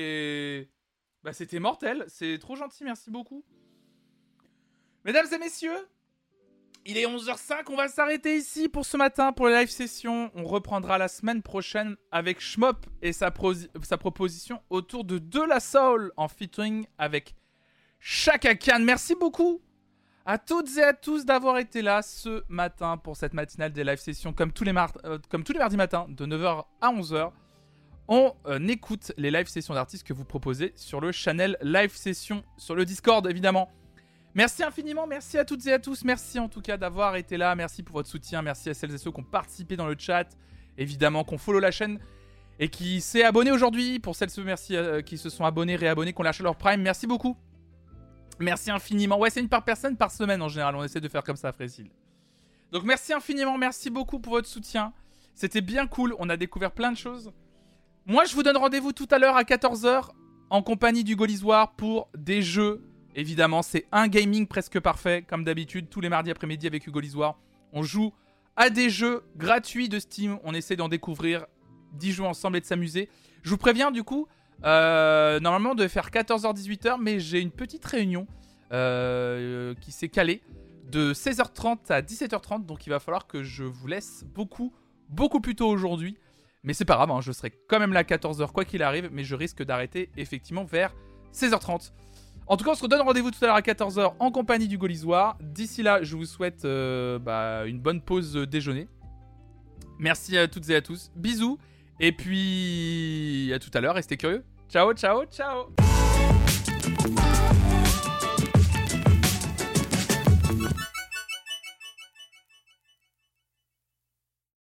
C'était mortel. C'est trop gentil. Merci beaucoup. Mesdames et messieurs, il est 11h05, on va s'arrêter ici pour ce matin, pour les live sessions. On reprendra la semaine prochaine avec Shmop et sa proposition autour de De La Soul en featuring avec Chaka Khan. Merci beaucoup à toutes et à tous d'avoir été là ce matin pour cette matinale des live sessions. Comme tous les mardis matins, de 9h à 11h, on écoute les live sessions d'artistes que vous proposez sur le channel live session, sur le Discord évidemment. Merci infiniment, merci à toutes et à tous, merci en tout cas d'avoir été là, merci pour votre soutien, merci à celles et ceux qui ont participé dans le chat, évidemment qu'on follow la chaîne et qui s'est abonné aujourd'hui, pour celles et ceux merci, qui se sont abonnés, réabonnés, qui ont lâché leur prime, merci beaucoup, merci infiniment, ouais c'est une par personne par semaine en général, on essaie de faire comme ça Frécile. Donc merci infiniment, merci beaucoup pour votre soutien, c'était bien cool, on a découvert plein de choses. Moi je vous donne rendez-vous tout à l'heure à 14h en compagnie du Gaulisoir pour des jeux. Évidemment, c'est un gaming presque parfait, comme d'habitude, tous les mardis après-midi avec Hugo Lisoire. On joue à des jeux gratuits de Steam, on essaie d'en découvrir, d'y jouer ensemble et de s'amuser. Je vous préviens du coup, normalement on devait faire 14h-18h, mais j'ai une petite réunion qui s'est calée de 16h30 à 17h30, donc il va falloir que je vous laisse beaucoup plus tôt aujourd'hui. Mais c'est pas grave, hein, je serai quand même là à 14h quoi qu'il arrive, mais je risque d'arrêter effectivement vers 16h30. En tout cas, on se redonne rendez-vous tout à l'heure à 14h en compagnie du Gaulisoir. D'ici là, je vous souhaite une bonne pause déjeuner. Merci à toutes et à tous. Bisous. Et puis, à tout à l'heure. Restez curieux. Ciao, ciao, ciao.